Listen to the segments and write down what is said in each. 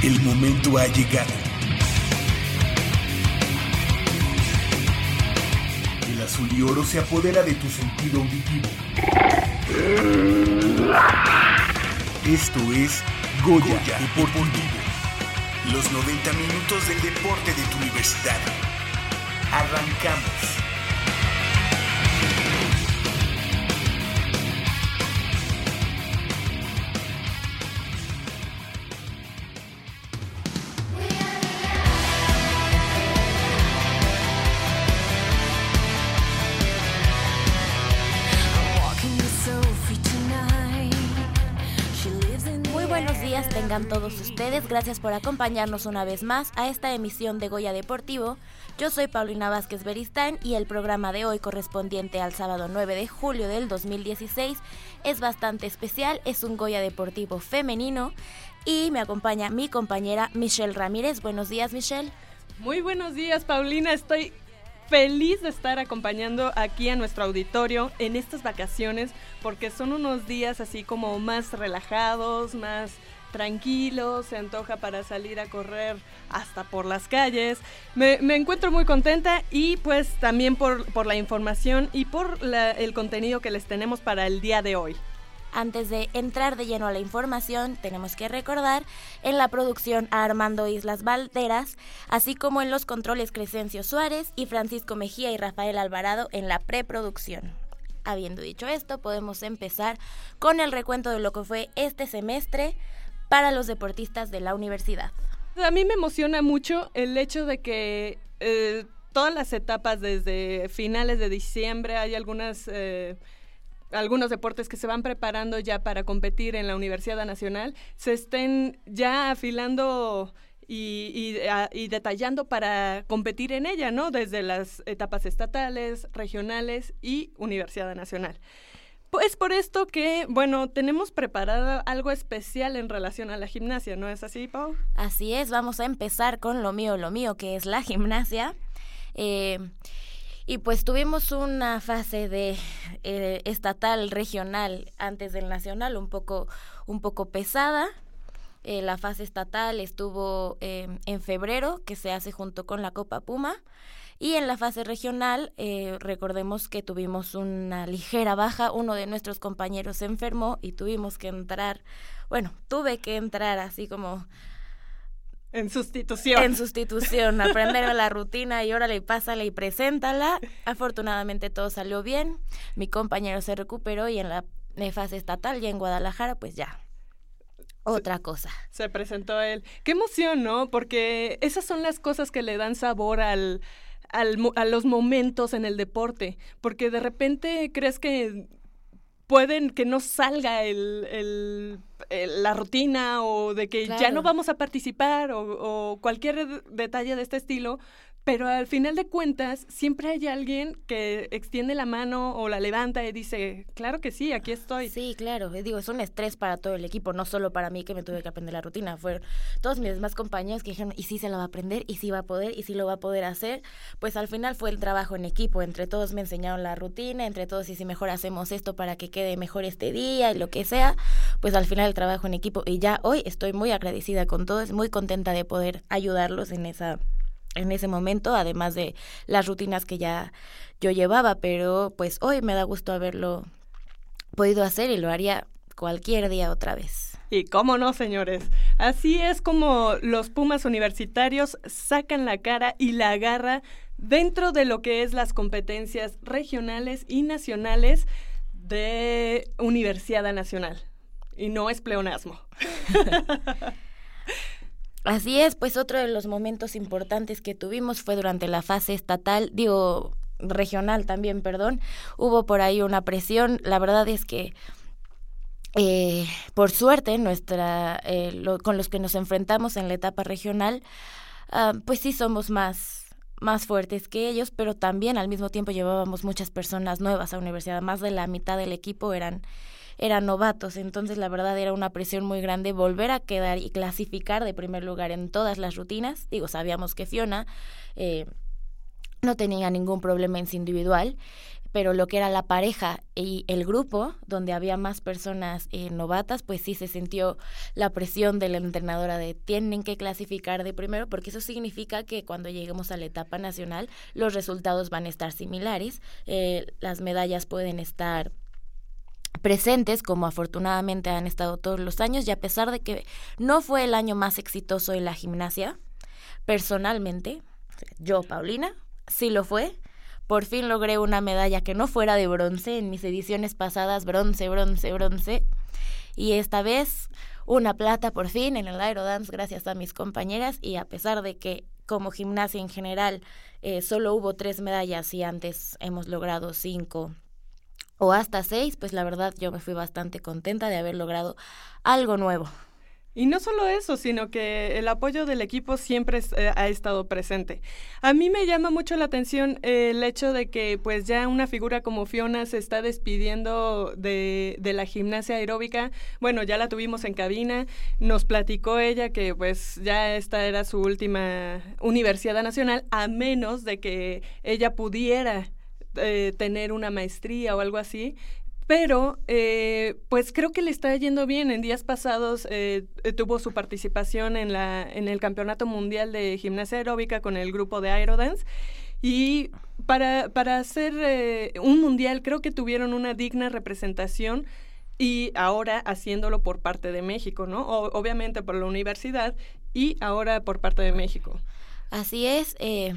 El momento ha llegado. El azul y oro se apodera de tu sentido auditivo. Esto es Goya Deportivo. Los 90 minutos del deporte de tu universidad. Arrancamos. Tengan todos ustedes, gracias por acompañarnos una vez más a esta emisión de Goya Deportivo. Yo soy Paulina Vázquez Beristain y el programa de hoy, correspondiente al sábado 9 de julio del 2016, es bastante especial. Es un Goya Deportivo femenino y me acompaña mi compañera Michelle Ramírez. Buenos días, Michelle. Muy buenos días, Paulina. Estoy feliz de estar acompañando aquí a nuestro auditorio en estas vacaciones, porque son unos días así como más relajados, más tranquilos, se antoja para salir a correr hasta por las calles. Me encuentro muy contenta y pues también por la información y por el contenido que les tenemos para el día de hoy. Antes de entrar de lleno a la información, tenemos que recordar en la producción a Armando Islas Valderas, así como en los controles Crescencio Suárez y Francisco Mejía y Rafael Alvarado en la preproducción. Habiendo dicho esto, podemos empezar con el recuento de lo que fue este semestre para los deportistas de la universidad. A mí me emociona mucho el hecho de que todas las etapas desde finales de diciembre hay algunos deportes que se van preparando ya para competir en la Universidad Nacional, se estén ya afilando y detallando para competir en ella, ¿no? Desde las etapas estatales, regionales y Universidad Nacional. Pues por esto que, bueno, tenemos preparado algo especial en relación a la gimnasia, ¿no es así, Pau? Así es, vamos a empezar con lo mío, que es la gimnasia. Y pues tuvimos una fase de estatal, regional, antes del nacional, un poco pesada. La fase estatal estuvo en febrero, que se hace junto con la Copa Puma. Y en la fase regional, recordemos que tuvimos una ligera baja, uno de nuestros compañeros se enfermó y tuve que entrar así como En sustitución, aprenderme la rutina y órale, pásala y preséntala. Afortunadamente todo salió bien, mi compañero se recuperó y en la fase estatal, ya en Guadalajara, pues ya, otra cosa. Se presentó él. Qué emoción, ¿no? Porque esas son las cosas que le dan sabor a los momentos en el deporte, porque de repente crees que pueden que no salga la rutina o de que ya no vamos a participar o cualquier detalle de este estilo, pero al final de cuentas siempre hay alguien que extiende la mano o la levanta y dice, claro que sí, aquí estoy. Sí, claro, es un estrés para todo el equipo, no solo para mí que me tuve que aprender la rutina, fueron todos mis demás compañeros que dijeron, ¿y si se la va a aprender? ¿Y si va a poder? ¿Y si lo va a poder hacer? Pues al final fue el trabajo en equipo, entre todos me enseñaron la rutina, entre todos y si mejor hacemos esto para que quede mejor este día y lo que sea, pues al final el trabajo en equipo y ya hoy estoy muy agradecida con todos, muy contenta de poder ayudarlos en ese momento, además de las rutinas que ya yo llevaba, pero pues hoy me da gusto haberlo podido hacer y lo haría cualquier día otra vez. Y cómo no, señores, así es como los Pumas universitarios sacan la cara y la garra dentro de lo que es las competencias regionales y nacionales de Universidad Nacional. Y no es pleonasmo. Así es, pues otro de los momentos importantes que tuvimos fue durante la fase regional también, hubo por ahí una presión, la verdad es que por suerte con los que nos enfrentamos en la etapa regional, pues sí somos más fuertes que ellos, pero también al mismo tiempo llevábamos muchas personas nuevas a la universidad, más de la mitad del equipo eran novatos, entonces la verdad era una presión muy grande volver a quedar y clasificar de primer lugar en todas las rutinas. Sabíamos que Fiona no tenía ningún problema en su individual, pero lo que era la pareja y el grupo, donde había más personas novatas, pues sí se sintió la presión de la entrenadora de tienen que clasificar de primero, porque eso significa que cuando lleguemos a la etapa nacional los resultados van a estar similares, las medallas pueden estar presentes, como afortunadamente han estado todos los años, y a pesar de que no fue el año más exitoso de la gimnasia, personalmente, yo, Paulina, sí lo fue. Por fin logré una medalla que no fuera de bronce. En mis ediciones pasadas, bronce, y esta vez una plata por fin en el aerodance gracias a mis compañeras, y a pesar de que como gimnasia en general solo hubo 3 medallas y antes hemos logrado 5 o hasta 6, pues la verdad yo me fui bastante contenta de haber logrado algo nuevo. Y no solo eso, sino que el apoyo del equipo siempre ha estado presente. A mí me llama mucho la atención el hecho de que pues ya una figura como Fiona se está despidiendo de la gimnasia aeróbica. Bueno, ya la tuvimos en cabina, nos platicó ella que pues ya esta era su última universidad nacional, a menos de que ella pudiera tener una maestría o algo así. Pero, pues creo que le está yendo bien. En días pasados tuvo su participación en el Campeonato Mundial de Gimnasia Aeróbica con el grupo de Aerodance. Y para hacer un mundial creo que tuvieron una digna representación, y ahora haciéndolo por parte de México, ¿no? Obviamente por la universidad y ahora por parte de México. Así es.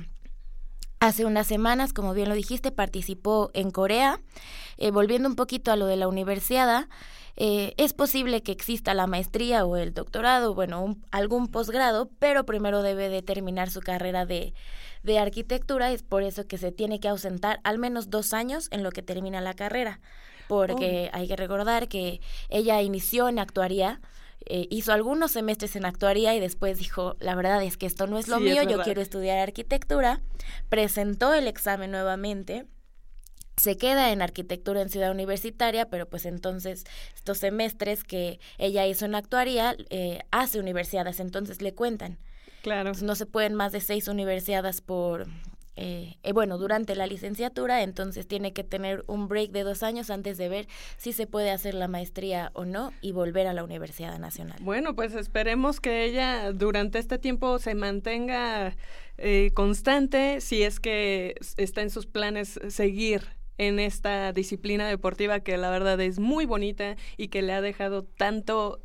Hace unas semanas, como bien lo dijiste, participó en Corea. Volviendo un poquito a lo de la universidad, es posible que exista la maestría o el doctorado, bueno, algún posgrado, pero primero debe de terminar su carrera de arquitectura. Es por eso que se tiene que ausentar al menos 2 años en lo que termina la carrera, porque hay que recordar que ella inició en actuaría, hizo algunos semestres en actuaría y después dijo, la verdad es que esto no es lo mío, yo quiero estudiar arquitectura. Presentó el examen nuevamente, se queda en arquitectura en Ciudad Universitaria, pero pues entonces estos semestres que ella hizo en actuaría hace universidades, entonces le cuentan. Claro. Entonces, no se pueden más de 6 universidades por... durante la licenciatura, entonces tiene que tener un break de 2 años antes de ver si se puede hacer la maestría o no y volver a la Universidad Nacional. Bueno, pues esperemos que ella durante este tiempo se mantenga constante, si es que está en sus planes seguir en esta disciplina deportiva que la verdad es muy bonita y que le ha dejado tanto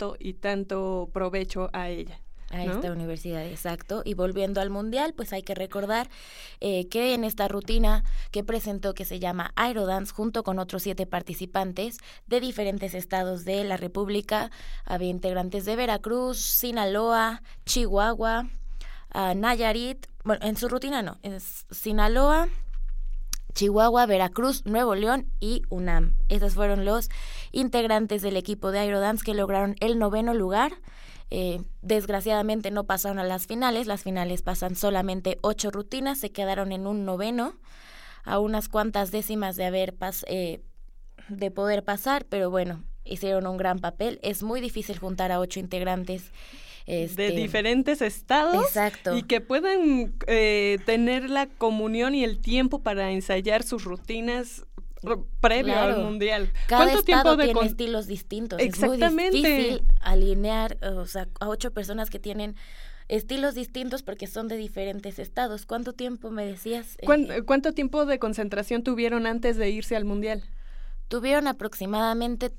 provecho a ella. A esta universidad, exacto. Y volviendo al mundial, pues hay que recordar que en esta rutina que presentó, que se llama Aerodance, junto con otros 7 participantes de diferentes estados de la República, había integrantes de Veracruz, Sinaloa, Chihuahua, Nayarit, bueno, en su rutina no, es Sinaloa, Chihuahua, Veracruz, Nuevo León y UNAM. Esos fueron los integrantes del equipo de Aerodance que lograron el 9º lugar. Desgraciadamente no pasaron a las finales pasan solamente 8 rutinas, se quedaron en un 9º, a unas cuantas décimas de de poder pasar, pero bueno, hicieron un gran papel. Es muy difícil juntar a 8 integrantes de diferentes estados. Exacto. Y que puedan tener la comunión y el tiempo para ensayar sus rutinas previo al mundial. Cada estado tiene estilos distintos. Exactamente. Es muy difícil alinear, a 8 personas que tienen estilos distintos porque son de diferentes estados. ¿Cuánto tiempo me decías? ¿Cuánto tiempo de concentración tuvieron antes de irse al mundial? Tuvieron aproximadamente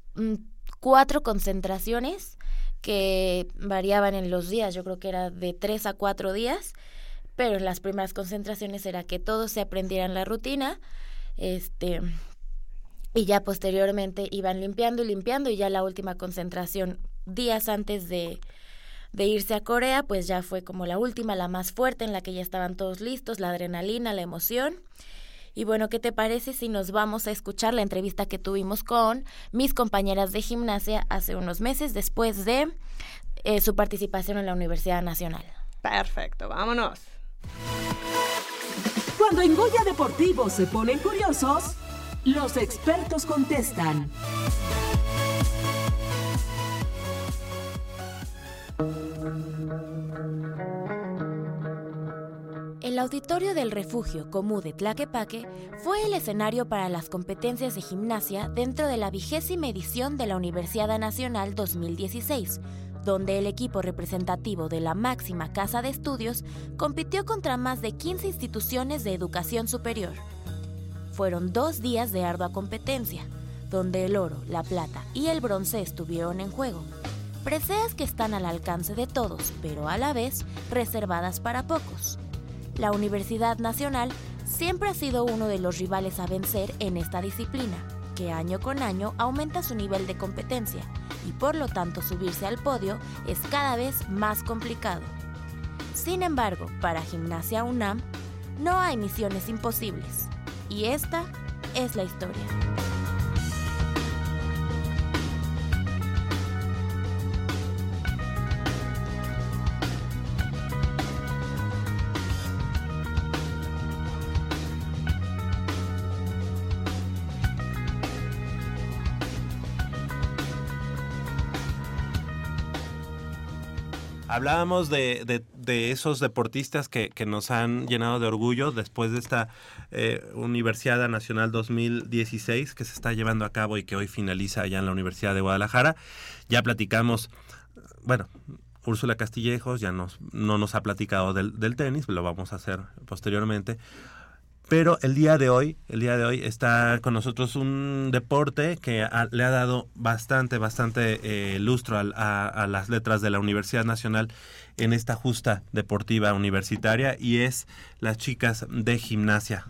4 concentraciones que variaban en los días. Yo creo que era de 3 a 4 días, pero en las primeras concentraciones era que todos se aprendieran la rutina, y ya posteriormente iban limpiando y ya la última concentración días antes de irse a Corea, pues ya fue como la última, la más fuerte, en la que ya estaban todos listos, la adrenalina, la emoción. Y bueno, ¿qué te parece si nos vamos a escuchar la entrevista que tuvimos con mis compañeras de gimnasia hace unos meses después de su participación en la Universidad Nacional? Perfecto, vámonos. Cuando en Goya Deportivo se ponen curiosos, los expertos contestan. En la auditorio del refugio Comú de Tlaquepaque fue el escenario para las competencias de gimnasia dentro de la 20ª edición de la Universiada Nacional 2016, donde el equipo representativo de la máxima casa de estudios compitió contra más de 15 instituciones de educación superior. Fueron 2 días de ardua competencia, donde el oro, la plata y el bronce estuvieron en juego. Preseas que están al alcance de todos, pero a la vez reservadas para pocos. La Universidad Nacional siempre ha sido uno de los rivales a vencer en esta disciplina, que año con año aumenta su nivel de competencia y por lo tanto subirse al podio es cada vez más complicado. Sin embargo, para Gimnasia UNAM no hay misiones imposibles, y esta es la historia. Hablábamos de esos deportistas que nos han llenado de orgullo después de esta Universiada Nacional 2016 que se está llevando a cabo y que hoy finaliza allá en la Universidad de Guadalajara. Ya platicamos, bueno, Úrsula Castillejos ya no nos ha platicado del tenis, lo vamos a hacer posteriormente. Pero el día de hoy está con nosotros un deporte que le ha dado bastante lustro a las letras de la Universidad Nacional en esta justa deportiva universitaria, y es las chicas de gimnasia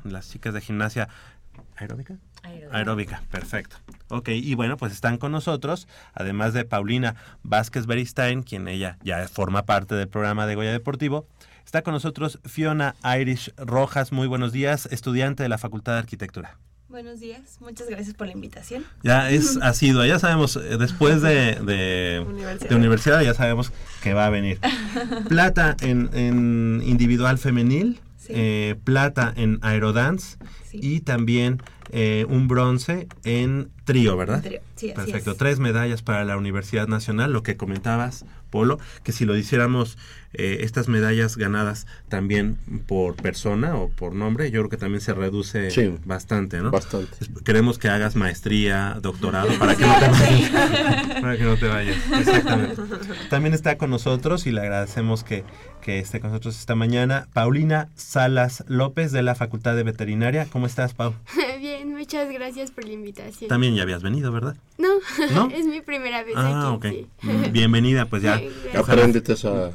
aeróbica. Aeróbica, perfecto. Ok, y bueno, pues están con nosotros, además de Paulina Vázquez Beristain, quien ella ya forma parte del programa de Goya Deportivo. Está con nosotros Fiona Irish Rojas. Muy buenos días, estudiante de la Facultad de Arquitectura. Buenos días, muchas gracias por la invitación. Ya es asidua, ya sabemos, después de universidad ya sabemos que va a venir. Plata en individual femenil, sí. Plata en aerodance, sí. Y también un bronce en trío, ¿verdad? Trío, sí, perfecto, así es. 3 medallas para la Universidad Nacional, lo que comentabas, Polo, que si lo hiciéramos estas medallas ganadas también por persona o por nombre, yo creo que también se reduce bastante, ¿no? Bastante. Queremos que hagas maestría, doctorado, para que no te vayas. Para que no te vayas, exactamente. También está con nosotros y le agradecemos que esté con nosotros esta mañana Paulina Salas López de la Facultad de Veterinaria. ¿Cómo estás, Pau? Bien, muchas gracias por la invitación. También ya habías venido, ¿verdad? No, es mi primera vez aquí. Okay. Sí. Bienvenida, pues ya. Apréndete esa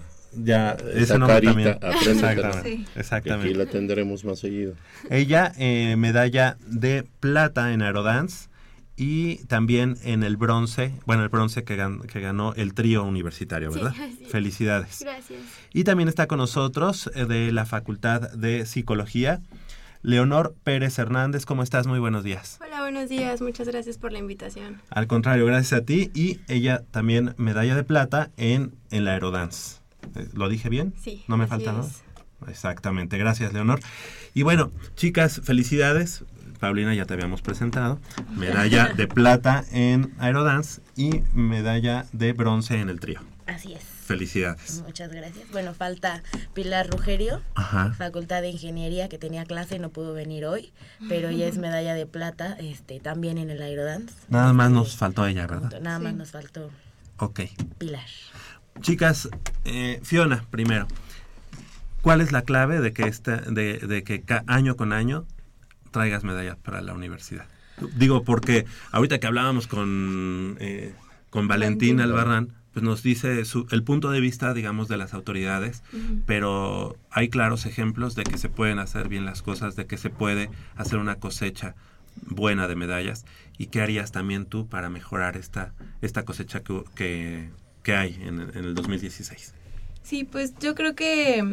nombre carita, apréndetela. Sí. Exactamente. Aquí la tendremos más seguido. Ella, medalla de plata en aerodance y también en el bronce que ganó el trío universitario, ¿verdad? Sí. Felicidades. Gracias. Y también está con nosotros de la Facultad de Psicología, Leonor Pérez Hernández. ¿Cómo estás? Muy buenos días. Hola, buenos días. Muchas gracias por la invitación. Al contrario, gracias a ti. Y ella también medalla de plata en la aerodance. ¿Lo dije bien? Sí. ¿No me falta nada? Exactamente. Gracias, Leonor. Y bueno, chicas, felicidades. Paulina, ya te habíamos presentado. Medalla de plata en aerodance y medalla de bronce en el trío. Así es. Felicidades. Muchas gracias. Bueno, falta Pilar Rugerio, Ajá. Facultad de Ingeniería, que tenía clase y no pudo venir hoy, pero ya es medalla de plata, también en el aerodance. Nada más nos faltó ella, ¿verdad? Nada más nos faltó Pilar. Chicas, Fiona, primero, ¿cuál es la clave de que año con año traigas medallas para la universidad? Digo, porque ahorita que hablábamos con Valentín Albarrán, pues nos dice el punto de vista, digamos, de las autoridades, pero hay claros ejemplos de que se pueden hacer bien las cosas, de que se puede hacer una cosecha buena de medallas. ¿Y qué harías también tú para mejorar esta cosecha que hay en el 2016? Sí, pues yo creo que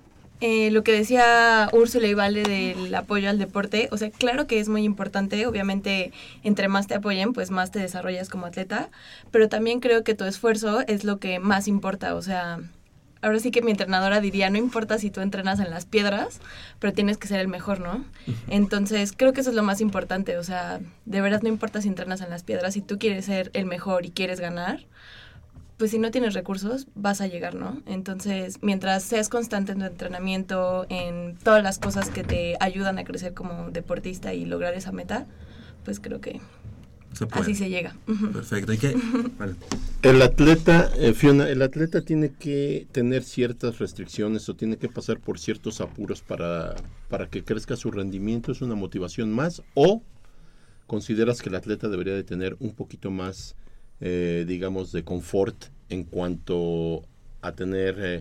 lo que decía Úrsula y Vale del apoyo al deporte, o sea, claro que es muy importante, obviamente entre más te apoyen, pues más te desarrollas como atleta, pero también creo que tu esfuerzo es lo que más importa, o sea, ahora sí que mi entrenadora diría, no importa si tú entrenas en las piedras, pero tienes que ser el mejor, ¿no? Entonces, creo que eso es lo más importante, o sea, de verdad no importa si entrenas en las piedras, si tú quieres ser el mejor y quieres ganar, pues si no tienes recursos, vas a llegar, ¿no? Entonces, mientras seas constante en tu entrenamiento, en todas las cosas que te ayudan a crecer como deportista y lograr esa meta, pues creo que así se llega. Perfecto. ¿Y qué? Vale. El atleta, Fiona, el atleta tiene que tener ciertas restricciones o tiene que pasar por ciertos apuros para que crezca su rendimiento. ¿Es una motivación más? ¿O consideras que el atleta debería de tener un poquito más, digamos, de confort en cuanto a tener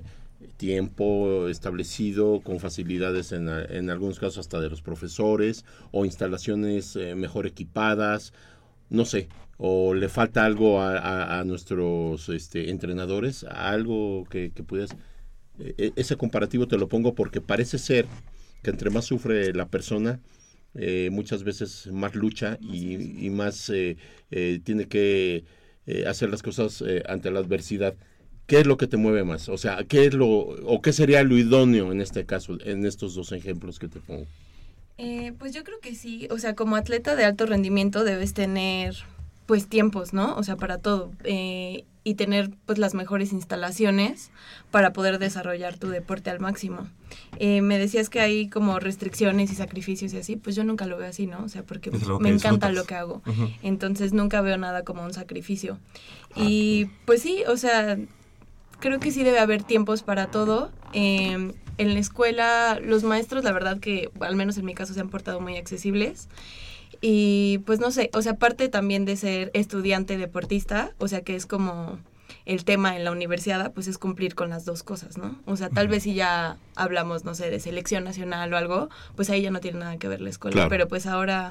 tiempo establecido con facilidades en algunos casos hasta de los profesores o instalaciones mejor equipadas? No sé, o le falta algo a nuestros entrenadores, algo que pudieras... ese comparativo te lo pongo porque parece ser que entre más sufre la persona, muchas veces más lucha y más tiene que hacer las cosas ante la adversidad. ¿Qué es lo que te mueve más? O sea, ¿qué sería lo idóneo en este caso, en estos dos ejemplos que te pongo? Pues yo creo que sí, o sea, como atleta de alto rendimiento debes tener pues tiempos, ¿no? O sea, para todo, y tener pues las mejores instalaciones para poder desarrollar tu deporte al máximo. Me decías que hay como restricciones y sacrificios y así, pues yo nunca lo veo así, ¿no? O sea, porque me encanta lo que hago, entonces nunca veo nada como un sacrificio. Y pues sí, o sea, creo que sí debe haber tiempos para todo. En la escuela, los maestros, la verdad que, al menos en mi caso, se han portado muy accesibles. Y pues no sé, o sea, aparte también de ser estudiante deportista, o sea, que es como el tema en la universidad, pues es cumplir con las dos cosas, ¿no? O sea, tal vez si ya hablamos, no sé, de selección nacional o algo, pues ahí ya no tiene nada que ver la escuela. Claro. Pero pues ahora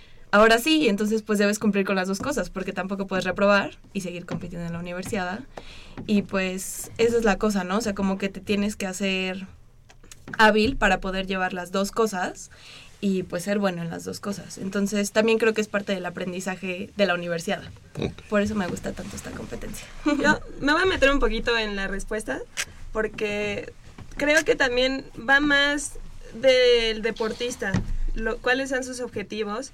sí, entonces pues debes cumplir con las dos cosas, porque tampoco puedes reprobar y seguir compitiendo en la universidad. Y pues esa es la cosa, ¿no? O sea, como que te tienes que hacer hábil para poder llevar las dos cosas y pues ser bueno en las dos cosas. Entonces también creo que es parte del aprendizaje de la universidad. Por eso me gusta tanto esta competencia. Yo me voy a meter un poquito en la respuesta porque creo que también va más del deportista, cuáles son sus objetivos,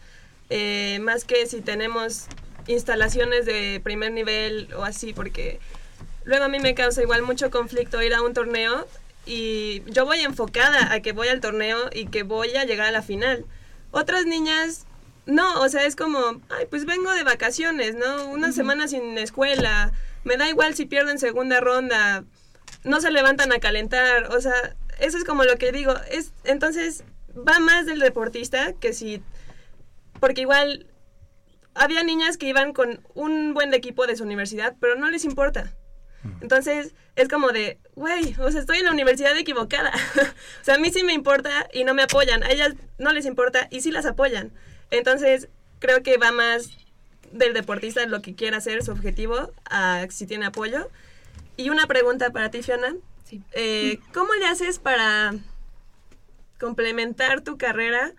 más que si tenemos instalaciones de primer nivel o así, porque luego a mí me causa igual mucho conflicto ir a un torneo y yo voy enfocada a que voy al torneo y que voy a llegar a la final. Otras niñas, no, o sea, es como, ay, pues vengo de vacaciones, ¿no? Una semana sin escuela, me da igual si pierdo en segunda ronda, no se levantan a calentar, o sea, eso es como lo que digo, entonces va más del deportista que si, porque igual había niñas que iban con un buen equipo de su universidad, pero no les importa. Entonces, es como de, güey, o sea, estoy en la universidad equivocada. O sea, a mí sí me importa y no me apoyan. A ellas no les importa y sí las apoyan. Entonces, creo que va más del deportista lo que quiera hacer, su objetivo, a si tiene apoyo. Y una pregunta para ti, Fiona. Sí. ¿Cómo le haces para complementar tu carrera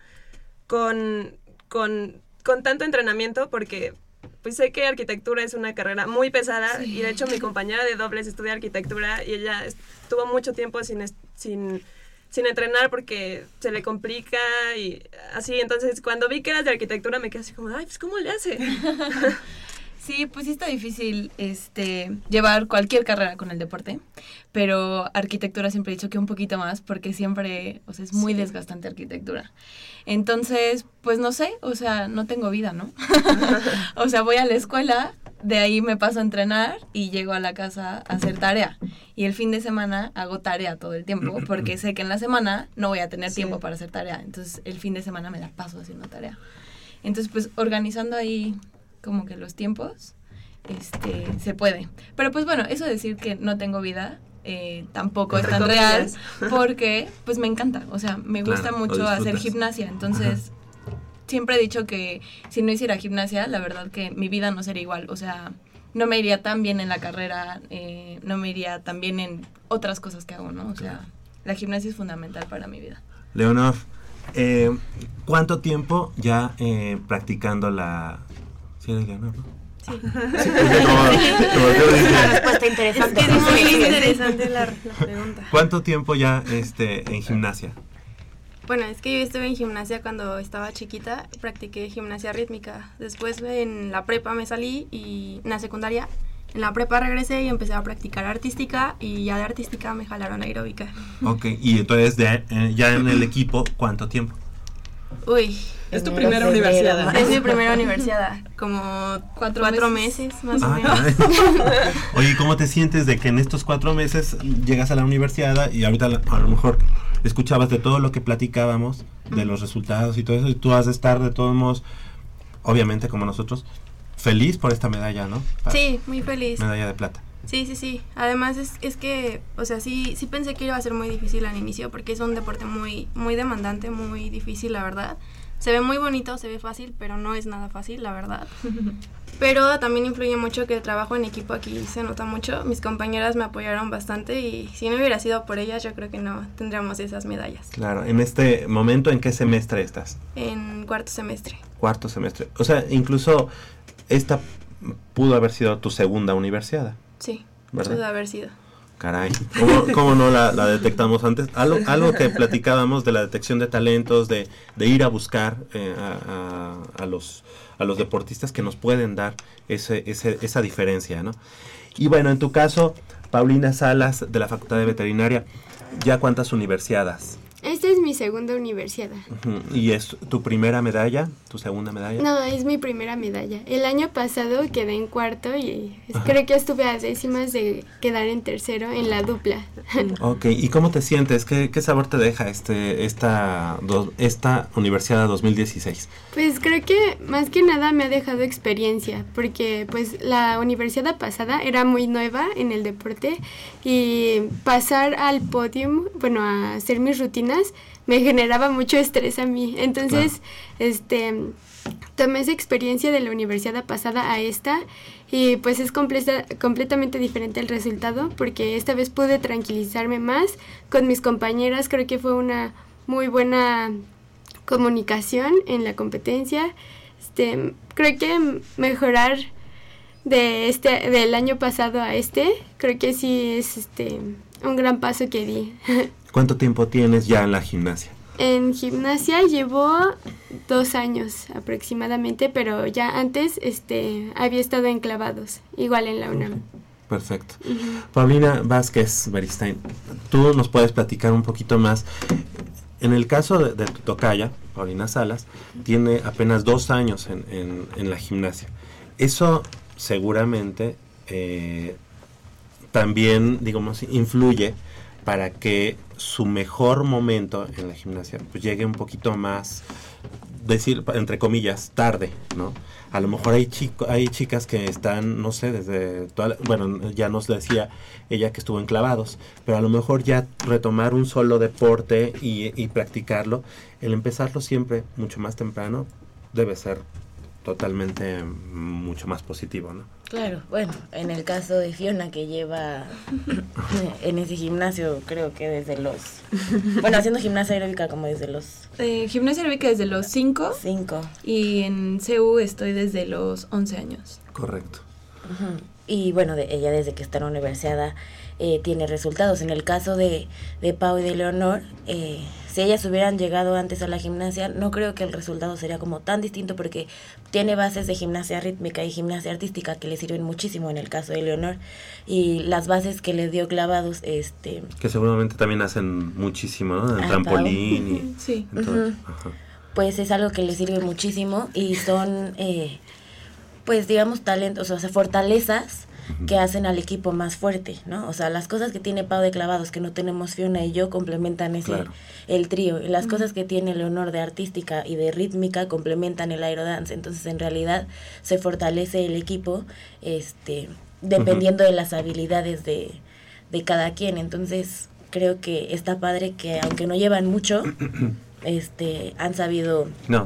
con tanto entrenamiento? Porque pues sé que arquitectura es una carrera muy pesada, sí. Y de hecho mi compañera de dobles estudia arquitectura y ella estuvo mucho tiempo sin entrenar porque se le complica y así. Entonces cuando vi que eras de arquitectura me quedé así como, ay, pues ¿cómo le hace? Sí, pues sí está difícil llevar cualquier carrera con el deporte, pero arquitectura siempre he dicho que un poquito más porque siempre, o sea, es muy desgastante arquitectura. Entonces, pues no sé, o sea, no tengo vida, ¿no? O sea, voy a la escuela, de ahí me paso a entrenar y llego a la casa a hacer tarea. Y el fin de semana hago tarea todo el tiempo porque sé que en la semana no voy a tener tiempo para hacer tarea. Entonces, el fin de semana me la paso haciendo tarea. Entonces, pues organizando ahí como que los tiempos, se puede. Pero pues bueno, eso de decir que no tengo vida tampoco es tan real porque pues me encanta, o sea, me gusta mucho hacer gimnasia, entonces siempre he dicho que si no hiciera gimnasia, la verdad que mi vida no sería igual, o sea, no me iría tan bien en la carrera, no me iría tan bien en otras cosas que hago, ¿no? O sea, la gimnasia es fundamental para mi vida. Leonor, ¿cuánto tiempo ya practicando la... ¿Sí eres Leonor, no? Sí. Una respuesta interesante. Es que es muy interesante la pregunta. ¿Cuánto tiempo ya en gimnasia? Bueno, es que yo estuve en gimnasia cuando estaba chiquita, practiqué gimnasia rítmica. Después en la prepa me salí y en la secundaria En la prepa regresé y empecé a practicar artística y ya de artística me jalaron a aeróbica. Ok, y entonces ya en el equipo, ¿cuánto tiempo? Uy. Es tu primera universidad. Es mi primera universidad, como 4 meses más o menos. Oye, ¿cómo te sientes de que en estos 4 meses llegas a la universidad y ahorita a lo mejor escuchabas de todo lo que platicábamos, de los resultados y todo eso, y tú has de estar de todos modos, obviamente como nosotros, feliz por esta medalla, ¿no? Sí, muy feliz. Medalla de plata. Sí. Además es que, o sea, sí pensé que iba a ser muy difícil al inicio porque es un deporte muy, muy demandante, muy difícil, la verdad. Se ve muy bonito, se ve fácil, pero no es nada fácil, la verdad. Pero también influye mucho que el trabajo en equipo aquí se nota mucho. Mis compañeras me apoyaron bastante y si no hubiera sido por ellas, yo creo que no tendríamos esas medallas. Claro, en este momento, ¿en qué semestre estás? En cuarto semestre. Cuarto semestre. O sea, incluso esta pudo haber sido tu segunda universidad. Sí, ¿verdad? pudo haber sido. Caray, ¿cómo no la detectamos antes? Algo que platicábamos de la detección de talentos, de ir a buscar a los deportistas que nos pueden dar esa diferencia, ¿no? Y bueno, en tu caso, Paulina Salas, de la Facultad de Veterinaria, ¿ya cuántas universidades? Esta es mi segunda universidad. ¿Y es tu primera medalla? ¿Tu segunda medalla? No, es mi primera medalla. El año pasado quedé en cuarto y creo que estuve a décimas de quedar en tercero en la dupla. Ok, ¿y cómo te sientes? ¿Qué sabor te deja esta Universidad 2016? Pues creo que más que nada me ha dejado experiencia, porque pues la universidad pasada era muy nueva en el deporte y pasar al podium, bueno, a hacer mis rutinas, me generaba mucho estrés a mí. Entonces, tomé esa experiencia de la universidad pasada a esta y pues es completamente diferente el resultado porque esta vez pude tranquilizarme más con mis compañeras. Creo que fue una muy buena comunicación en la competencia. Creo que mejorar del año pasado a creo que sí es un gran paso que di. ¿Cuánto tiempo tienes ya en la gimnasia? En gimnasia llevo 2 años aproximadamente, pero ya antes había estado en clavados, igual en la UNAM. Perfecto. Paulina Vázquez Beristain, tú nos puedes platicar un poquito más. En el caso de tu tocaya, Paulina Salas, tiene apenas 2 años en la gimnasia. Eso seguramente también, digamos, influye para que su mejor momento en la gimnasia pues llegue un poquito más, decir entre comillas, tarde, ¿no? A lo mejor hay chicas que están, no sé, desde bueno, ya nos decía ella que estuvo en clavados, pero a lo mejor ya retomar un solo deporte y practicarlo, el empezarlo siempre mucho más temprano debe ser totalmente mucho más positivo, ¿no? Claro, bueno, en el caso de Fiona, que lleva en ese gimnasio, creo que desde los... Bueno, haciendo gimnasia aeróbica como desde los... Gimnasia aeróbica desde los 5. Y en CU estoy desde los 11 años. Correcto. Y bueno, ella desde que está en la universidad tiene resultados. En el caso de Pau y de Leonor, si ellas hubieran llegado antes a la gimnasia, no creo que el resultado sería como tan distinto porque tiene bases de gimnasia rítmica y gimnasia artística que le sirven muchísimo en el caso de Leonor, y las bases que le dio clavados que seguramente también hacen muchísimo, ¿no? En trampolín y sí. Pues es algo que le sirve muchísimo y son pues digamos talentos, o sea, fortalezas que hacen al equipo más fuerte, ¿no? O sea, las cosas que tiene Pau de clavados que no tenemos Fiona y yo complementan el trío, y las cosas que tiene Leonor de artística y de rítmica complementan el aerodance. Entonces, en realidad se fortalece el equipo dependiendo de las habilidades de cada quien. Entonces, creo que está padre que aunque no llevan mucho, han sabido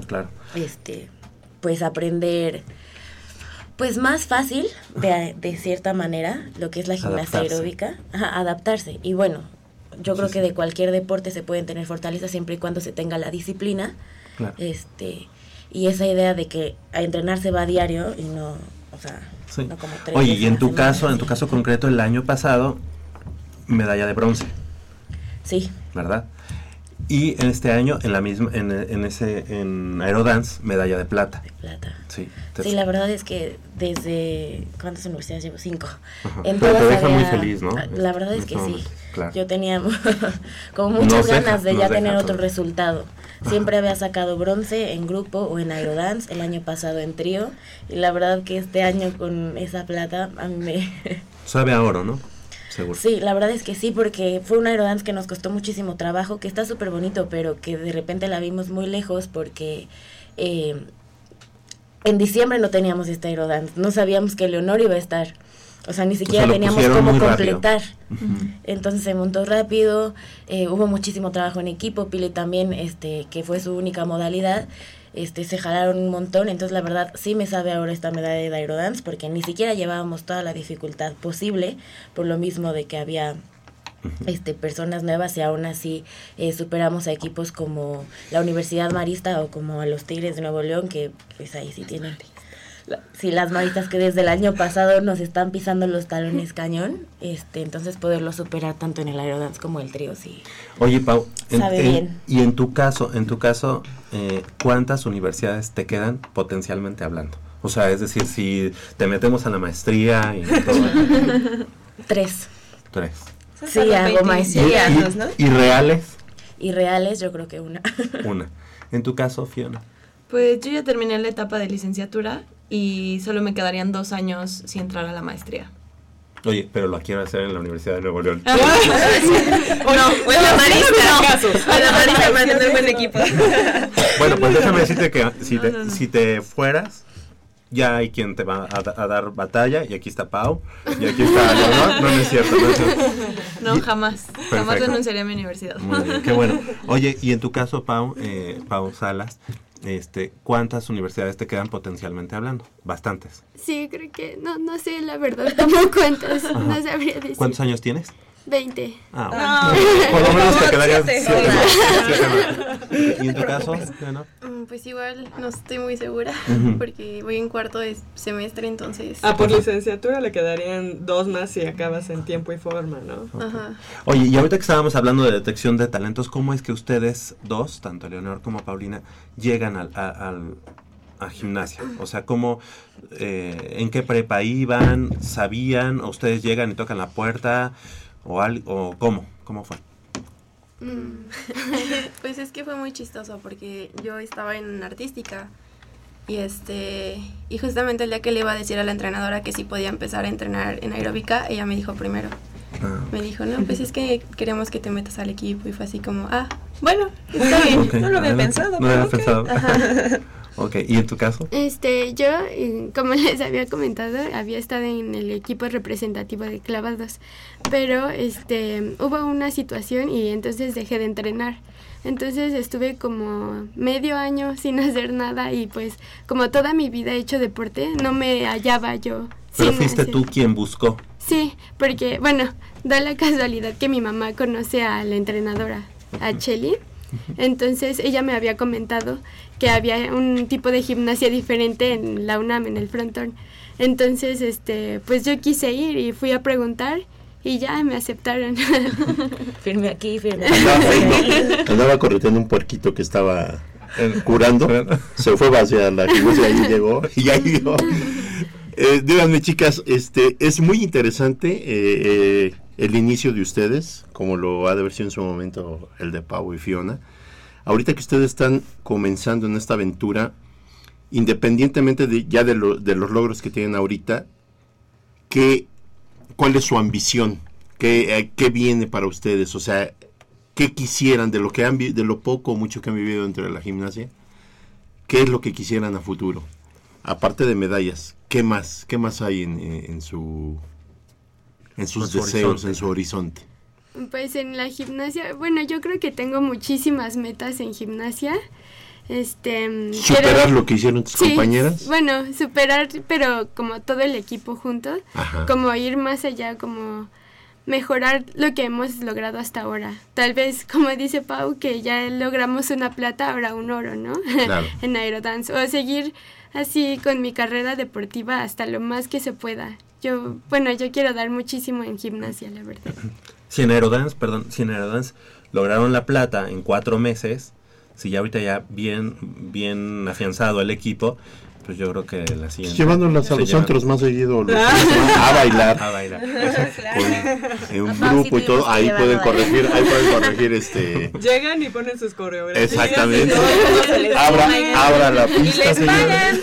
pues aprender pues más fácil de cierta manera lo que es la gimnasia aeróbica, adaptarse. Y bueno, yo creo que de cualquier deporte se pueden tener fortalezas siempre y cuando se tenga la disciplina, y esa idea de que a entrenar se va a diario y no, o sea, no como 3 Oye, y en tu caso concreto, el año pasado, medalla de bronce. Sí. ¿Verdad? Y en este año, en la misma, en Aerodance, medalla de plata. De plata. Sí, sí, la verdad es que desde... ¿Cuántas universidades llevo? 5. En todas te deja muy feliz, ¿no? La verdad es que sí. Claro. Yo tenía como muchas ganas de ya tener otro resultado. Siempre había sacado bronce en grupo o en Aerodance, el año pasado en trío. Y la verdad que este año con esa plata a mí me... Sabe a oro, ¿no? Seguro. Sí, la verdad es que sí, porque fue un Aerodance que nos costó muchísimo trabajo, que está súper bonito, pero que de repente la vimos muy lejos porque en diciembre no teníamos este Aerodance, no sabíamos que Leonor iba a estar, o sea, ni siquiera teníamos cómo completar. Entonces se montó rápido, hubo muchísimo trabajo en equipo, Pili también, que fue su única modalidad. Se jalaron un montón, entonces la verdad sí me sabe ahora esta medalla de Aerodance porque ni siquiera llevábamos toda la dificultad posible, por lo mismo de que había personas nuevas y aún así superamos a equipos como la Universidad Marista o como a los Tigres de Nuevo León, que pues ahí sí tienen... Sí, las maristas que desde el año pasado nos están pisando los talones cañón, entonces poderlo superar tanto en el Aerodance como el trío, sí. Oye, Pau, bien. Y en tu caso, ¿cuántas universidades te quedan potencialmente hablando? O sea, es decir, si te metemos a la maestría y todo. 3. Sí, hago maestría. ¿Y reales? Y reales yo creo que una. Una. ¿En tu caso, Fiona? Pues yo ya terminé la etapa de licenciatura y solo me quedarían 2 años si entrar a la maestría. Oye, pero lo quiero hacer en la Universidad de Nuevo León. No, pues la Marista. A la Marista para tener buen equipo. Bueno, pues déjame decirte que si te fueras, ya hay quien te va a dar batalla, y aquí está Pau, y aquí está Leonor. No es cierto. No, jamás. Perfecto. Jamás renunciaría a mi universidad. Muy bien, qué bueno. Oye, y en tu caso, Pau Salas, ¿cuántas universidades te quedan potencialmente hablando? Bastantes. Sí, creo que, no sé la verdad cómo cuántas, no sabría decir. ¿Cuántos años tienes? 20. Por lo menos te quedarían 7 más. ¿Y en tu caso, no? Pues igual no estoy muy segura, porque voy en cuarto de semestre, entonces... por licenciatura le quedarían 2 más si acabas en tiempo y forma, ¿no? Okay. Ajá. Oye, y ahorita que estábamos hablando de detección de talentos, ¿cómo es que ustedes dos, tanto Leonor como Paulina, llegan a gimnasia? O sea, ¿cómo, en qué prepa iban? ¿Sabían? ¿O ustedes llegan y tocan la puerta? ¿O cómo fue? Pues es que fue muy chistoso porque yo estaba en artística y y justamente el día que le iba a decir a la entrenadora que sí podía empezar a entrenar en aeróbica, ella me dijo primero. Me dijo, no, pues es que queremos que te metas al equipo, y fue así como, bueno, está bien. Okay. No lo había pensado. No lo había pensado. Ok, ¿y en tu caso? Yo, como les había comentado, había estado en el equipo representativo de clavados, pero hubo una situación y entonces dejé de entrenar. Entonces estuve como medio año sin hacer nada y pues como toda mi vida he hecho deporte, no me hallaba yo. Pero fuiste tú quien buscó. Sí, porque, bueno, da la casualidad que mi mamá conoce a la entrenadora, a Cheli. Entonces ella me había comentado que había un tipo de gimnasia diferente en la UNAM, en el frontón. Entonces, pues yo quise ir y fui a preguntar y ya me aceptaron. Firme aquí, firme. Andaba correteando un puerquito que estaba curando, se fue hacia la gimnasia y llegó y ahí vio. Díganme, chicas, es muy interesante el inicio de ustedes, como lo ha de haber sido en su momento el de Pau y Fiona. Ahorita que ustedes están comenzando en esta aventura, independientemente de los logros que tienen ahorita, ¿cuál es su ambición? ¿Qué viene para ustedes? O sea, ¿qué quisieran de lo poco o mucho que han vivido dentro de la gimnasia? ¿Qué es lo que quisieran a futuro? Aparte de medallas, ¿qué más hay en sus deseos, en su horizonte? Pues en la gimnasia, bueno, yo creo que tengo muchísimas metas en gimnasia. ¿Superar lo que hicieron tus compañeras? Bueno, superar, pero como todo el equipo juntos. Ajá. Como ir más allá, como mejorar lo que hemos logrado hasta ahora. Tal vez, como dice Pau, que ya logramos una plata, ahora un oro, ¿no? Claro. En aerodance. O seguir así con mi carrera deportiva hasta lo más que se pueda. Yo quiero dar muchísimo en gimnasia, la verdad. si en Aerodance lograron la plata en 4 meses, si ya ahorita ya bien afianzado el equipo, pues yo creo que la siguiente... Llevándolas a los antros más seguido, a bailar. A bailar. En un grupo y todo, ahí pueden corregir Llegan y ponen sus coreografías. Exactamente. Abra la pista, señores.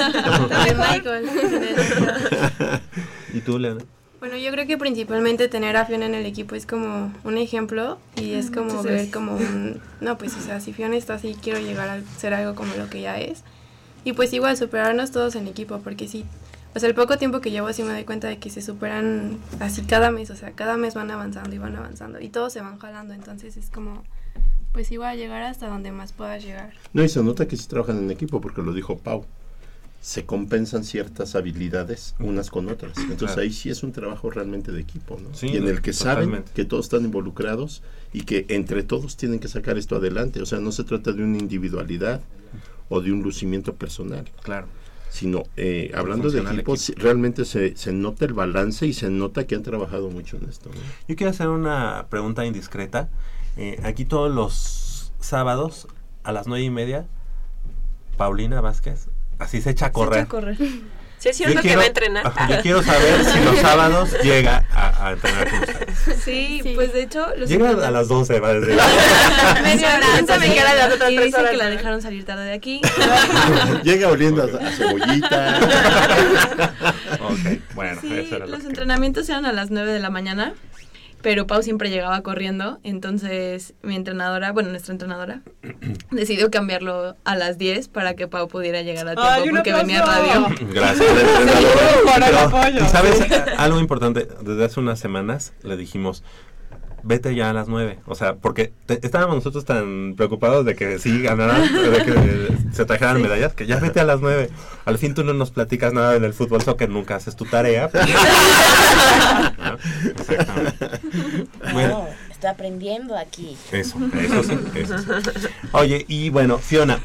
¿Y tú, Leona? Bueno, yo creo que principalmente tener a Fiona en el equipo es como un ejemplo y es como ver como no, pues o sea, si Fiona está así, quiero llegar a ser algo como lo que ya es. Y pues igual superarnos todos en equipo, porque sí, o sea, el poco tiempo que llevo sí me doy cuenta de que se superan así cada mes, o sea, cada mes van avanzando y todos se van jalando, entonces es como, pues igual llegar hasta donde más puedas llegar. No, y se nota que sí trabajan en equipo, porque lo dijo Pau, se compensan ciertas habilidades unas con otras, entonces ahí sí es un trabajo realmente de equipo, ¿no? Sí, y en el que totalmente. saben que todos están involucrados y que entre todos tienen que sacar esto adelante, o sea, no se trata de una individualidad o de un lucimiento personal. Claro. Sino, hablando de equipo, realmente se nota el balance y se nota que han trabajado mucho en esto, ¿no? Yo quiero hacer una pregunta indiscreta. Aquí todos los sábados a las 9:30, Paulina Vázquez, así se echa a correr. Sí, es cierto que va a entrenar. Yo quiero saber si los sábados llega a entrenar con ustedes. Sí, pues de hecho... Llega a las 12, va a decir. Media hora, me queda las otras 3 horas. Que la dejaron salir tarde de aquí. Llega oliendo a cebollita. Ok, bueno, sí, eso era los entrenamientos eran a las 9 de la mañana, pero Pau siempre llegaba corriendo, entonces nuestra entrenadora, decidió cambiarlo a las 10 para que Pau pudiera llegar a tiempo porque venía radio. Gracias, entrenador. Para el apoyo. ¿Y sabes algo importante? Desde hace unas semanas le dijimos, vete ya a las 9, o sea, porque estábamos nosotros tan preocupados de que sí ganaran, de que se trajeran medallas, que ya vete a las 9. Al fin tú no nos platicas nada del fútbol soccer, nunca haces tu tarea. ¿No? Exactamente. Bueno, estoy aprendiendo aquí. Eso sí. Oye, y bueno, Fiona,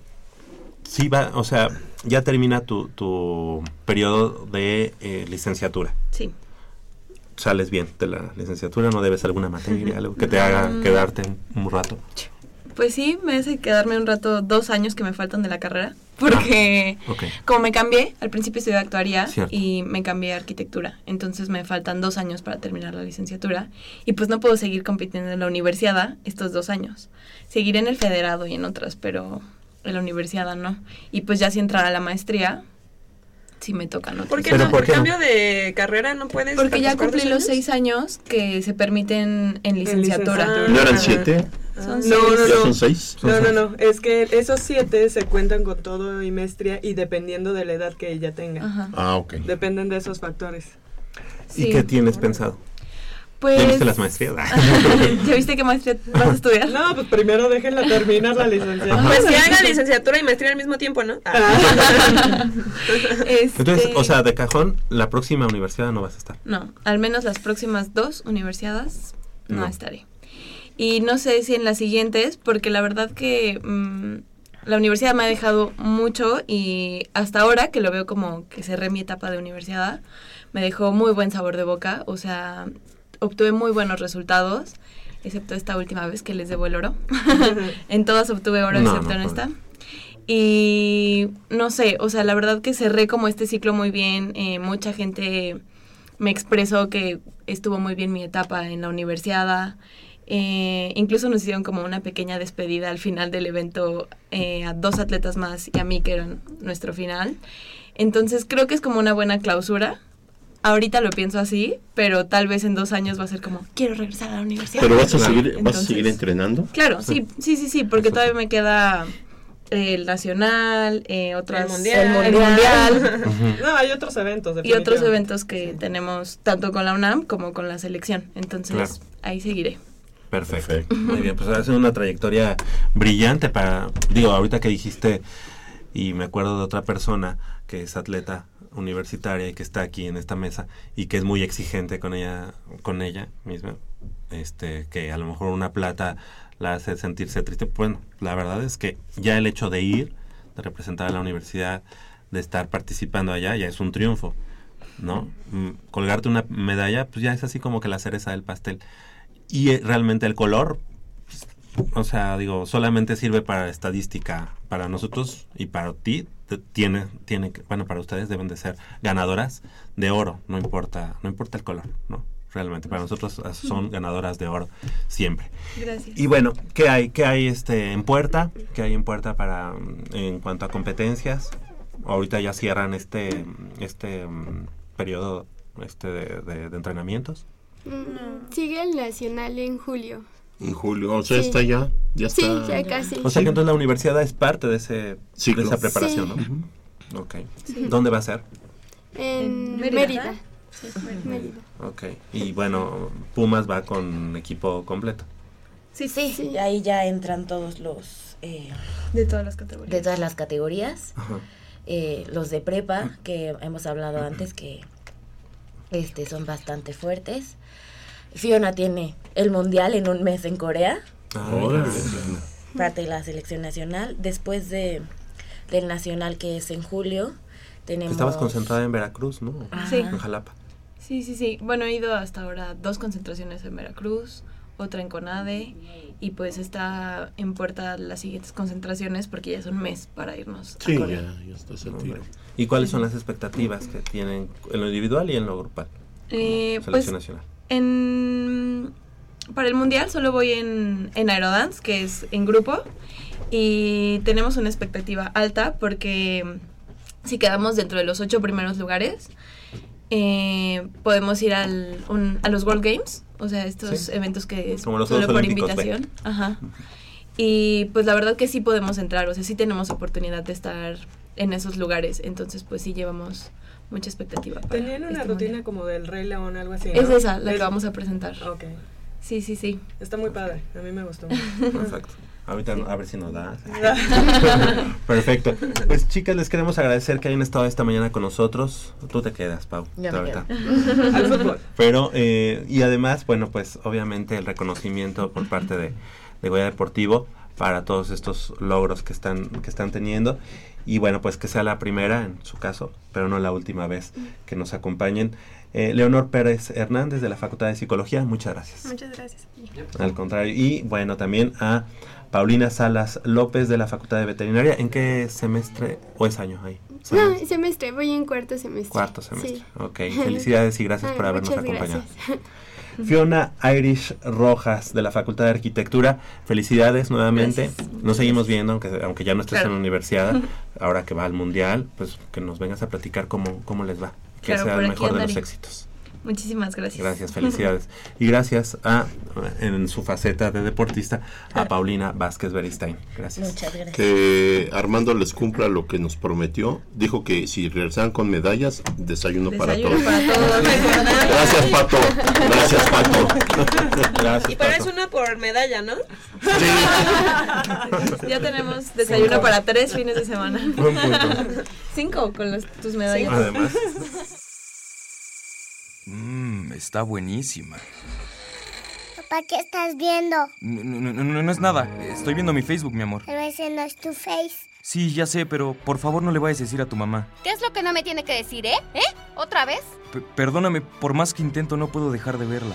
sí o sea, ya termina tu periodo de licenciatura. Sí. Sales bien de la licenciatura, ¿no debes alguna materia, algo que te haga quedarte un rato? Pues sí, me hace quedarme un rato, 2 años que me faltan de la carrera, porque como me cambié, al principio estudié actuaría y me cambié a arquitectura, entonces me faltan 2 años para terminar la licenciatura y pues no puedo seguir compitiendo en la universidad estos 2 años. Seguiré en el federado y en otras, pero en la universidad no. Y pues ya si entrar a la maestría, sí me toca, ¿no? ¿Por qué no? ¿Por cambio de carrera no puedes? Porque ya cumplí los 6 años que se permiten en licenciatura. ¿No eran 7? Son 6. ¿Son 6? No, es que esos 7 se cuentan con todo y maestría y dependiendo de la edad que ella tenga. Ajá. Ah, ok. Dependen de esos factores. ¿Y qué tienes pensado? Pues, ¿Ya viste las maestrías? ¿Ya viste qué maestría vas a estudiar? No, pues primero déjenla terminar la licenciatura. Pues que haga licenciatura y maestría al mismo tiempo, ¿no? Entonces, o sea, de cajón, la próxima universidad no vas a estar. No, al menos las próximas 2 universidades no estaré. Y no sé si en las siguientes, porque la verdad que la universidad me ha dejado mucho y hasta ahora que lo veo como que cerré mi etapa de universidad, me dejó muy buen sabor de boca, o sea, obtuve muy buenos resultados, excepto esta última vez que les debo el oro. En todas obtuve oro, excepto en esta. Y no sé, o sea, la verdad que cerré como este ciclo muy bien. Mucha gente me expresó que estuvo muy bien mi etapa en la universidad. Incluso nos hicieron como una pequeña despedida al final del evento a 2 atletas más y a mí, que eran nuestro final. Entonces creo que es como una buena clausura. Ahorita lo pienso así, pero tal vez en 2 años va a ser como, quiero regresar a la universidad. ¿Pero vas a seguir entrenando? Claro, sí, porque todavía me queda el nacional, otras, el mundial. No, hay otros eventos. Y otros eventos que tenemos tanto con la UNAM como con la selección. Entonces, ahí seguiré. Perfecto. Muy bien, pues ha sido una trayectoria brillante ahorita que dijiste, y me acuerdo de otra persona que es atleta universitaria y que está aquí en esta mesa y que es muy exigente con ella misma, que a lo mejor una plata la hace sentirse triste. Bueno, la verdad es que ya el hecho de ir, de representar a la universidad, de estar participando allá, ya es un triunfo. ¿no? Colgarte una medalla, pues ya es así como que la cereza del pastel. Y realmente el color, o sea, digo, solamente sirve para estadística para nosotros y para ti. Tiene bueno, para ustedes deben de ser ganadoras de oro, no importa el color, ¿no? Realmente para nosotros son ganadoras de oro siempre. Gracias. Y bueno, ¿qué hay en puerta? ¿Qué hay en puerta para en cuanto a competencias? Ahorita ya cierran este periodo de entrenamientos. Sigue el nacional en julio. En julio, o sea, está ya está. Sí, ya casi. O sea que entonces la universidad es parte de esa preparación, sí. ¿no? Ok. Sí. ¿Dónde va a ser? En Mérida. Sí, Mérida. Ok. Y bueno, Pumas va con equipo completo. Sí. Y ahí ya entran todos los... de todas las categorías. De todas las categorías. Ajá. Los de prepa, que hemos hablado antes, que son bastante fuertes. Fiona tiene el mundial en un mes en Corea. Parte de la selección nacional. Después del nacional, que es en julio, tenemos... Estabas concentrada en Veracruz, ¿no? Sí. En Jalapa. Sí. Bueno, he ido hasta ahora 2 concentraciones en Veracruz, otra en CONADE, y pues está en puerta las siguientes concentraciones porque ya es un mes para irnos a Corea. Ya está ese tiro. ¿Y cuáles son las expectativas que tienen en lo individual y en lo grupal? Selección nacional. Para el mundial solo voy en aerodance, que es en grupo, y tenemos una expectativa alta porque si quedamos dentro de los 8 primeros lugares, podemos ir a los World Games, o sea, estos eventos que es como solo por Olímpicos, invitación. Ajá. Y pues la verdad que sí podemos entrar, o sea, sí tenemos oportunidad de estar en esos lugares, entonces pues sí llevamos mucha expectativa. Tenían una rutina mundial. Como del Rey León, algo así, ¿no? Es esa, la que vamos a presentar. Ok. Sí. Está muy padre, a mí me gustó mucho. Perfecto. Ahorita a ver si nos da. Perfecto. Pues chicas, les queremos agradecer que hayan estado esta mañana con nosotros. Tú te quedas, Pau. Ya me quedo. Al fútbol. Pero, y además, bueno, pues obviamente el reconocimiento por parte de Goya Deportivo para todos estos logros que están teniendo. Y bueno, pues que sea la primera en su caso, pero no la última vez que nos acompañen. Leonor Pérez Hernández de la Facultad de Psicología, muchas gracias. Muchas gracias. Al contrario. Y bueno, también a Paulina Salas López de la Facultad de Veterinaria. ¿En qué semestre o es año ahí? No, semestre, voy en cuarto semestre. Cuarto semestre, sí. Ok. Felicidades y gracias por habernos acompañado. Gracias. Fiona Irish Rojas de la Facultad de Arquitectura, felicidades nuevamente. Nos seguimos viendo, aunque ya no estés en la universidad, ahora que va al mundial, pues que nos vengas a platicar cómo les va, que sea el mejor de los éxitos. Muchísimas gracias. Gracias, felicidades. Y gracias en su faceta de deportista, a Paulina Vázquez Beristain. Gracias. Muchas gracias. Que Armando les cumpla lo que nos prometió. Dijo que si regresaban con medallas, desayuno para todos. Gracias, Pato. Gracias, Pato. Gracias, Y pero Pato. es una por medalla, ¿no? Ya tenemos desayuno para 3 fines de semana. Buen punto. 5 con tus medallas. Además. Está buenísima. Papá, ¿qué estás viendo? No es nada. Estoy viendo mi Facebook, mi amor. Pero ese no es tu Face. Sí, ya sé, pero por favor no le vayas a decir a tu mamá. ¿Qué es lo que no me tiene que decir, eh? ¿Otra vez? Perdóname, por más que intento no puedo dejar de verla.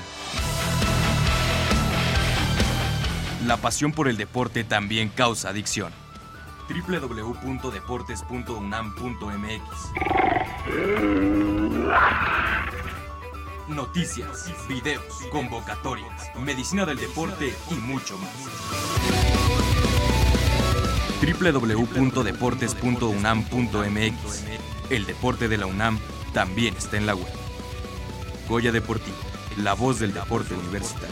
La pasión por el deporte también causa adicción. www.deportes.unam.mx Noticias, videos, convocatorias, medicina del deporte y mucho más. www.deportes.unam.mx El deporte de la UNAM también está en la web. Goya Deportivo, la voz del deporte universitario.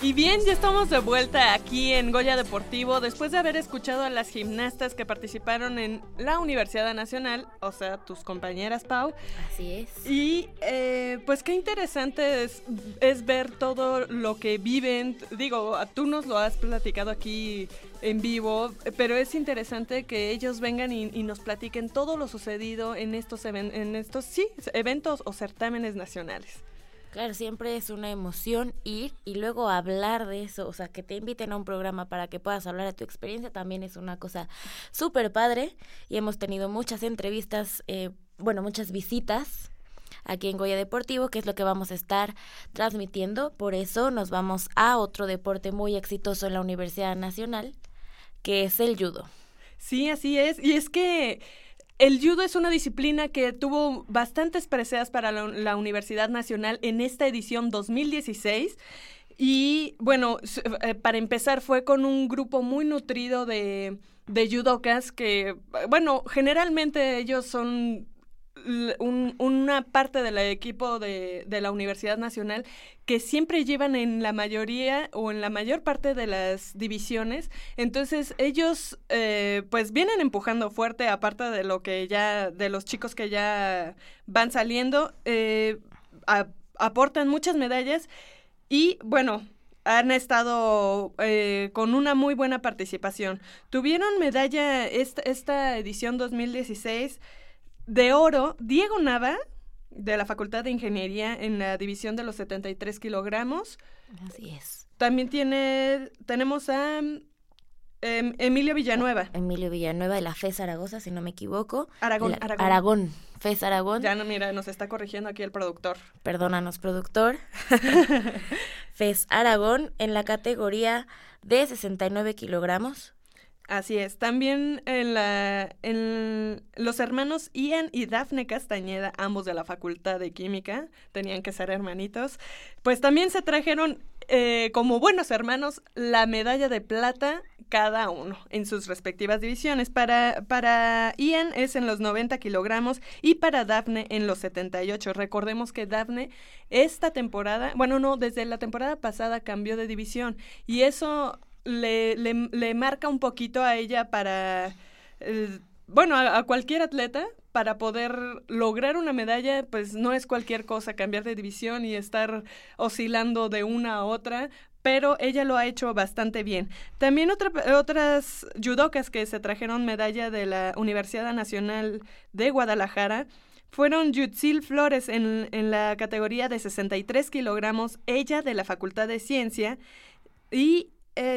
Y bien, ya estamos de vuelta aquí en Goya Deportivo después de haber escuchado a las gimnastas que participaron en la Universidad Nacional, o sea, tus compañeras, Pau. Así es. Y pues qué interesante es ver todo lo que viven. Digo, tú nos lo has platicado aquí en vivo, pero es interesante que ellos vengan y nos platiquen todo lo sucedido en estos eventos o certámenes nacionales. Claro, siempre es una emoción ir y luego hablar de eso, o sea, que te inviten a un programa para que puedas hablar de tu experiencia también es una cosa súper padre y hemos tenido muchas entrevistas, muchas visitas aquí en Goya Deportivo, que es lo que vamos a estar transmitiendo. Por eso nos vamos a otro deporte muy exitoso en la Universidad Nacional, que es el judo. Sí, así es, y es que el judo es una disciplina que tuvo bastantes preseas para la Universidad Nacional en esta edición 2016 y bueno, para empezar fue con un grupo muy nutrido de judocas que, bueno, generalmente ellos son una parte del equipo de la Universidad Nacional que siempre llevan en la mayoría o en la mayor parte de las divisiones. Entonces ellos pues vienen empujando fuerte, aparte de lo que ya, de los chicos que ya van saliendo, aportan muchas medallas y bueno, han estado con una muy buena participación. Tuvieron medalla esta edición 2016 de oro, Diego Nava, de la Facultad de Ingeniería en la división de los 73 kilogramos. Así es. También tenemos a Emilio Villanueva. Emilio Villanueva de la FES Zaragoza, si no me equivoco. Aragón. FES Aragón. Ya no, mira, nos está corrigiendo aquí el productor. Perdónanos, productor. FES Aragón en la categoría de 69 kilogramos. Así es. También en los hermanos Ian y Dafne Castañeda, ambos de la Facultad de Química, tenían que ser hermanitos, pues también se trajeron como buenos hermanos la medalla de plata cada uno en sus respectivas divisiones. Para Ian es en los 90 kilogramos y para Dafne en los 78. Recordemos que Dafne esta temporada, desde la temporada pasada cambió de división y eso le marca un poquito a ella para, a cualquier atleta, para poder lograr una medalla, pues no es cualquier cosa cambiar de división y estar oscilando de una a otra, pero ella lo ha hecho bastante bien. También otras judocas que se trajeron medalla de la Universidad Nacional de Guadalajara fueron Yutzil Flores en la categoría de 63 kilogramos, ella de la Facultad de Ciencias, y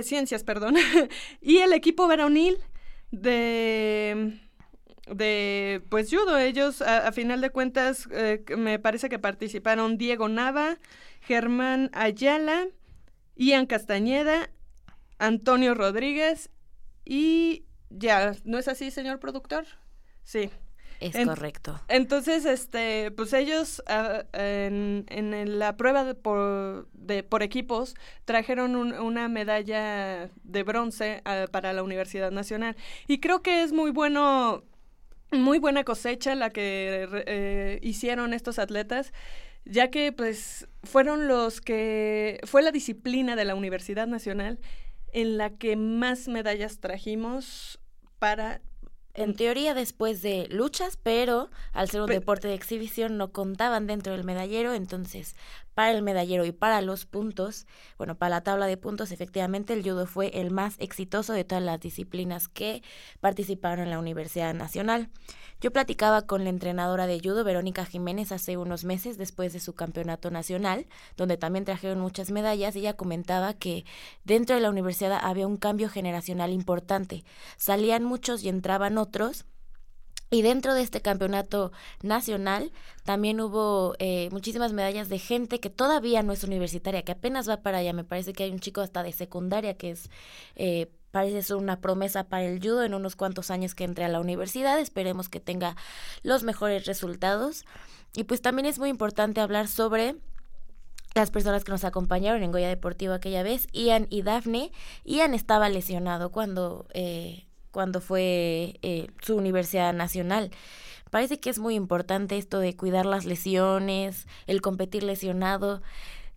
el equipo varonil de pues judo. Ellos a final de cuentas me parece que participaron Diego Nava, Germán Ayala, Ian Castañeda, Antonio Rodríguez y ya, ¿no es así, señor productor? Sí. Es correcto. Entonces, pues ellos en la prueba por equipos trajeron una medalla de bronce para la Universidad Nacional. Y creo que es muy buena cosecha la que hicieron estos atletas, ya que pues fue la disciplina de la Universidad Nacional en la que más medallas trajimos para... En teoría después de luchas, pero al ser un deporte de exhibición no contaban dentro del medallero, entonces para el medallero y para los puntos, para la tabla de puntos, efectivamente el judo fue el más exitoso de todas las disciplinas que participaron en la Universidad Nacional. Yo platicaba con la entrenadora de judo, Verónica Jiménez, hace unos meses después de su campeonato nacional, donde también trajeron muchas medallas, y ella comentaba que dentro de la universidad había un cambio generacional importante. Salían muchos y entraban otros. Y dentro de este campeonato nacional también hubo muchísimas medallas de gente que todavía no es universitaria, que apenas va para allá. Me parece que hay un chico hasta de secundaria que es... parece ser una promesa para el judo en unos cuantos años que entre a la universidad. Esperemos que tenga los mejores resultados. Y pues también es muy importante hablar sobre las personas que nos acompañaron en Goya Deportivo aquella vez, Ian y Dafne. Ian estaba lesionado cuando fue su Universidad Nacional. Parece que es muy importante esto de cuidar las lesiones, el competir lesionado.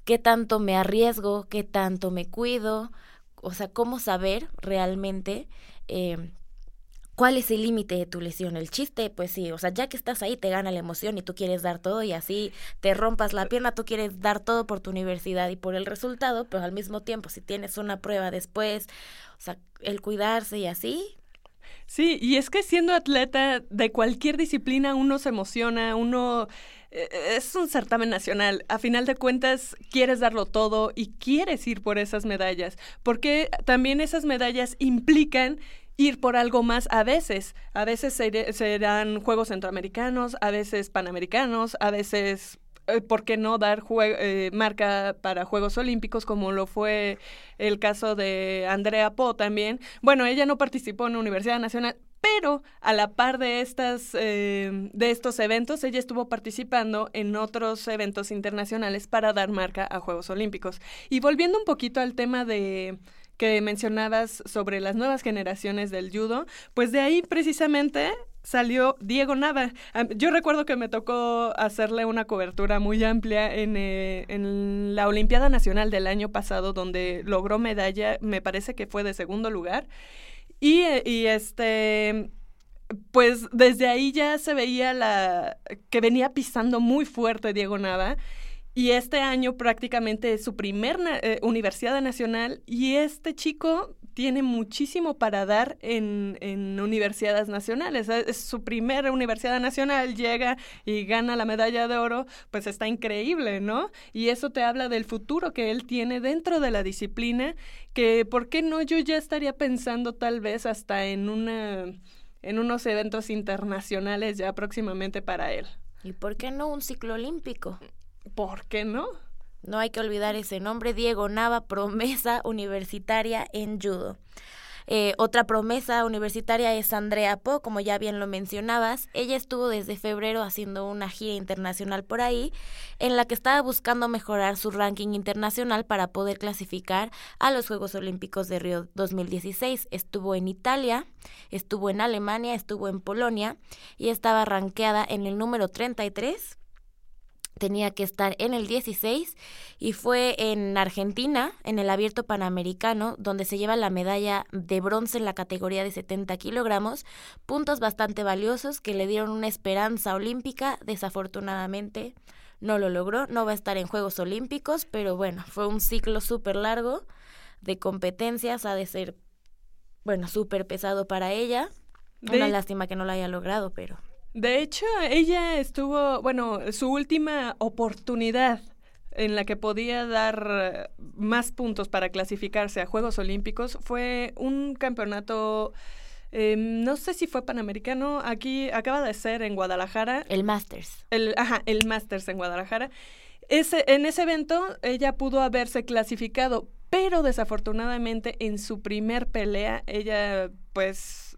qué tanto me arriesgo, qué tanto me cuido, o sea, cómo saber realmente cuál es el límite de tu lesión. El chiste, pues sí, o sea, ya que estás ahí te gana la emoción y tú quieres dar todo y así te rompas la pierna, tú quieres dar todo por tu universidad y por el resultado, pero al mismo tiempo si tienes una prueba después, o sea, el cuidarse y así. Sí, y es que siendo atleta de cualquier disciplina uno se emociona, uno... Es un certamen nacional, a final de cuentas quieres darlo todo y quieres ir por esas medallas, porque también esas medallas implican ir por algo más a veces serán Juegos Centroamericanos, a veces Panamericanos, a veces... ¿por qué no dar marca para Juegos Olímpicos, como lo fue el caso de Andrea Po también? Bueno, ella no participó en la Universidad Nacional, pero a la par de estos eventos, ella estuvo participando en otros eventos internacionales para dar marca a Juegos Olímpicos. Y volviendo un poquito al tema de que mencionabas sobre las nuevas generaciones del judo, pues de ahí precisamente salió Diego Nava. Yo recuerdo que me tocó hacerle una cobertura muy amplia en la Olimpiada Nacional del año pasado, donde logró medalla, me parece que fue de segundo lugar, y pues desde ahí ya se veía que venía pisando muy fuerte Diego Nava. Y este año prácticamente es su primer Universidad Nacional y este chico tiene muchísimo para dar en universidades nacionales. Es su primera Universidad Nacional, llega y gana la medalla de oro, pues está increíble, ¿no? Y eso te habla del futuro que él tiene dentro de la disciplina, que ¿por qué no? Yo ya estaría pensando tal vez hasta en unos eventos internacionales ya próximamente para él. ¿Y por qué no un ciclo olímpico? ¿Por qué no? No hay que olvidar ese nombre, Diego Nava, promesa universitaria en judo. Otra promesa universitaria es Andrea Po, como ya bien lo mencionabas. Ella estuvo desde febrero haciendo una gira internacional por ahí, en la que estaba buscando mejorar su ranking internacional para poder clasificar a los Juegos Olímpicos de Río 2016. Estuvo en Italia, estuvo en Alemania, estuvo en Polonia y estaba rankeada en el número 33. Tenía que estar en el 16 y fue en Argentina, en el Abierto Panamericano, donde se lleva la medalla de bronce en la categoría de 70 kilogramos, puntos bastante valiosos que le dieron una esperanza olímpica. Desafortunadamente no lo logró, no va a estar en Juegos Olímpicos, pero bueno, fue un ciclo súper largo de competencias, ha de ser, bueno, súper pesado para ella. Una lástima que no lo haya logrado, pero... De hecho, ella estuvo, su última oportunidad en la que podía dar más puntos para clasificarse a Juegos Olímpicos fue un campeonato, no sé si fue panamericano, aquí acaba de ser en Guadalajara. El Masters. El Masters en Guadalajara. En ese evento ella pudo haberse clasificado, pero desafortunadamente en su primer pelea ella pues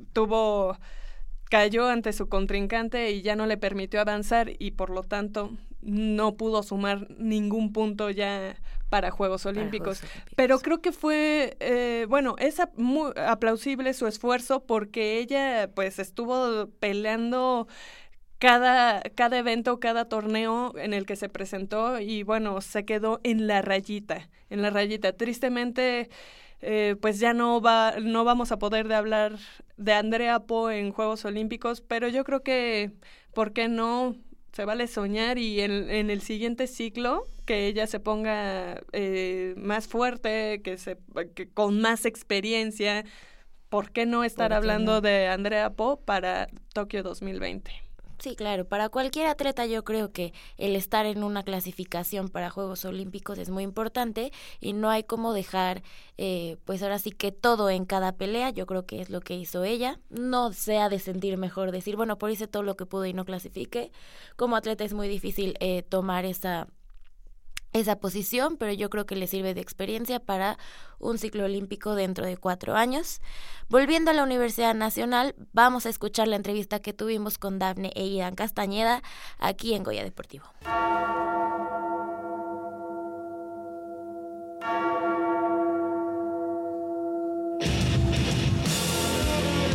cayó ante su contrincante y ya no le permitió avanzar y por lo tanto no pudo sumar ningún punto ya para Juegos Olímpicos. Pero creo que fue, es muy aplausible su esfuerzo porque ella pues estuvo peleando cada evento, cada torneo en el que se presentó y bueno, se quedó en la rayita. Tristemente... pues ya no vamos a poder hablar de Andrea Po en Juegos Olímpicos, pero yo creo que, ¿por qué no? Se vale soñar y en el siguiente ciclo que ella se ponga más fuerte, que con más experiencia, ¿por qué no estar hablando de Andrea Po para Tokio 2020? Sí, claro, para cualquier atleta yo creo que el estar en una clasificación para Juegos Olímpicos es muy importante y no hay como dejar, pues ahora sí que todo en cada pelea. Yo creo que es lo que hizo ella. No se ha de sentir mejor decir, bueno, por hice todo lo que pude y no clasifiqué. Como atleta es muy difícil tomar esa posición, pero yo creo que le sirve de experiencia para un ciclo olímpico dentro de 4 años. Volviendo a la Universidad Nacional, vamos a escuchar la entrevista que tuvimos con Dafne e Ian Castañeda aquí en Goya Deportivo.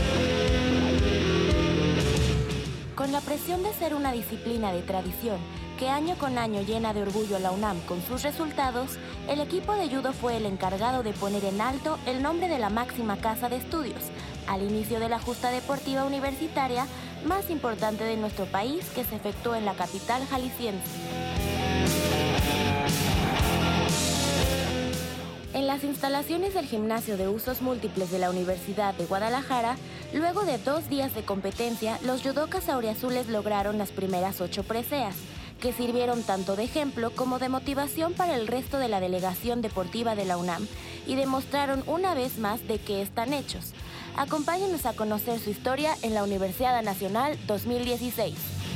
Con la presión de ser una disciplina de tradición, que año con año llena de orgullo a la UNAM con sus resultados, el equipo de judo fue el encargado de poner en alto el nombre de la máxima casa de estudios, al inicio de la justa deportiva universitaria más importante de nuestro país, que se efectuó en la capital jalisciense. En las instalaciones del gimnasio de usos múltiples de la Universidad de Guadalajara, luego de 2 días de competencia, los judocas auriazules lograron las primeras 8 preseas, que sirvieron tanto de ejemplo como de motivación para el resto de la delegación deportiva de la UNAM y demostraron una vez más de qué están hechos. Acompáñenos a conocer su historia en la Universidad Nacional 2016.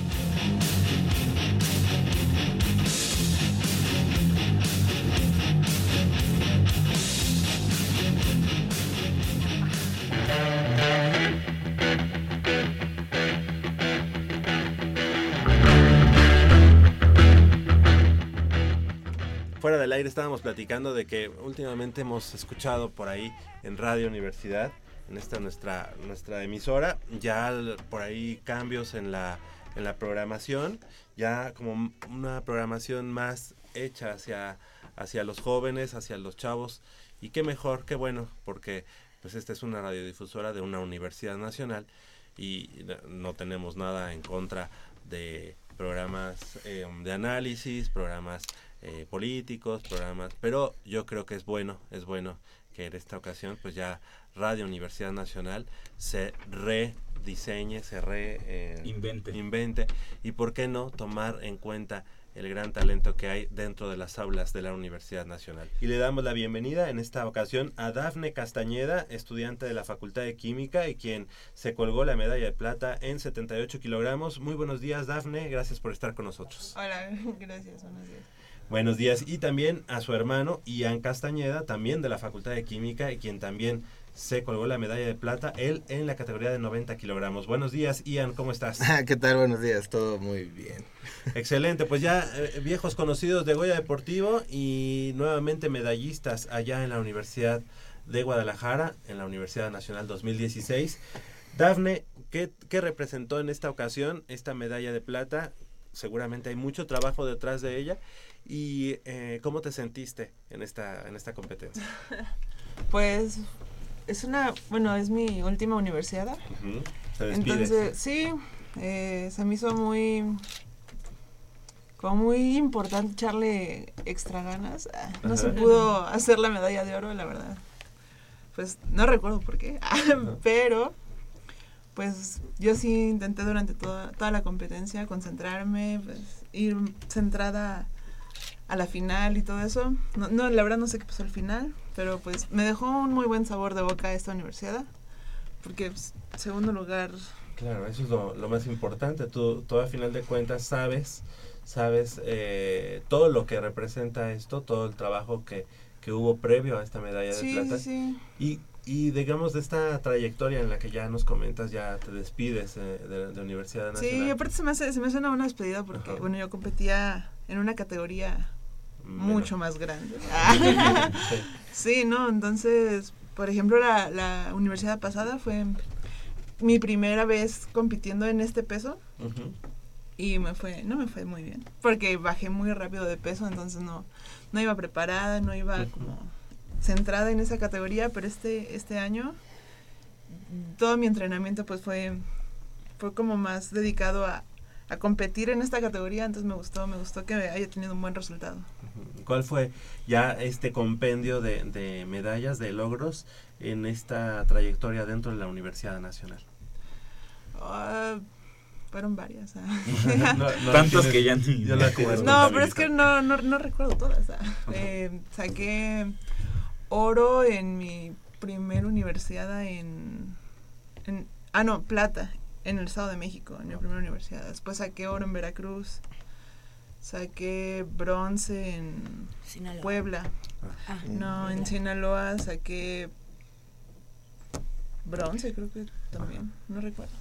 Fuera del aire estábamos platicando de que últimamente hemos escuchado por ahí en Radio Universidad, en esta nuestra emisora, ya por ahí cambios en la programación, ya como una programación más hecha hacia los jóvenes, hacia los chavos, y qué mejor, qué bueno, porque pues esta es una radiodifusora de una universidad nacional y no tenemos nada en contra de programas de análisis, programas políticos, pero yo creo que es bueno que en esta ocasión pues ya Radio Universidad Nacional se rediseñe, se invente y por qué no tomar en cuenta el gran talento que hay dentro de las aulas de la Universidad Nacional. Y le damos la bienvenida en esta ocasión a Dafne Castañeda, estudiante de la Facultad de Química y quien se colgó la medalla de plata en 78 kilogramos. Muy buenos días, Dafne, gracias por estar con nosotros. Hola, gracias, buenos días. Buenos días, y también a su hermano Ian Castañeda, también de la Facultad de Química y quien también se colgó la medalla de plata, él en la categoría de 90 kilogramos. Buenos días, Ian, ¿cómo estás? ¿Qué tal? Buenos días, todo muy bien. Excelente, pues ya viejos conocidos de Goya Deportivo y nuevamente medallistas allá en la Universidad de Guadalajara, en la Universidad Nacional 2016. Dafne, ¿qué representó en esta ocasión esta medalla de plata? Seguramente hay mucho trabajo detrás de ella. ¿Y cómo te sentiste en esta competencia? Pues es mi última universidad. Uh-huh. Se despide. Entonces, sí, se me hizo muy importante echarle extra ganas. No se pudo hacer la medalla de oro, la verdad. Pues no recuerdo por qué, pero pues yo sí intenté durante toda la competencia concentrarme, pues ir centrada a la final y todo eso. No, la verdad no sé qué pasó al final, pero pues me dejó un muy buen sabor de boca esta universidad, porque pues, segundo lugar. Claro, eso es lo más importante. Tú a final de cuentas sabes todo lo que representa esto, todo el trabajo que hubo previo a esta medalla de plata. Sí. Y digamos de esta trayectoria en la que ya nos comentas, ya te despides de Universidad Nacional. Sí, aparte se me hace una buena despedida porque, bueno, yo competía en una categoría mucho más grande. Sí, ¿no? Entonces, por ejemplo, la universidad pasada fue mi primera vez compitiendo en este peso. Uh-huh. Y no me fue muy bien, porque bajé muy rápido de peso, entonces no iba preparada, no iba como centrada en esa categoría, pero este año todo mi entrenamiento pues fue como más dedicado a competir en esta categoría, entonces me gustó que haya tenido un buen resultado. ¿Cuál fue ya este compendio de medallas, de logros en esta trayectoria dentro de la Universidad Nacional? Fueron varias. Tantos que ya ni... No, pero es que no recuerdo todas. Saqué oro en mi primer universidad plata en el Estado de México, en mi primera universidad. Después saqué oro en Veracruz. Saqué bronce en Sinaloa. Puebla. En Sinaloa saqué bronce, creo que también, no recuerdo.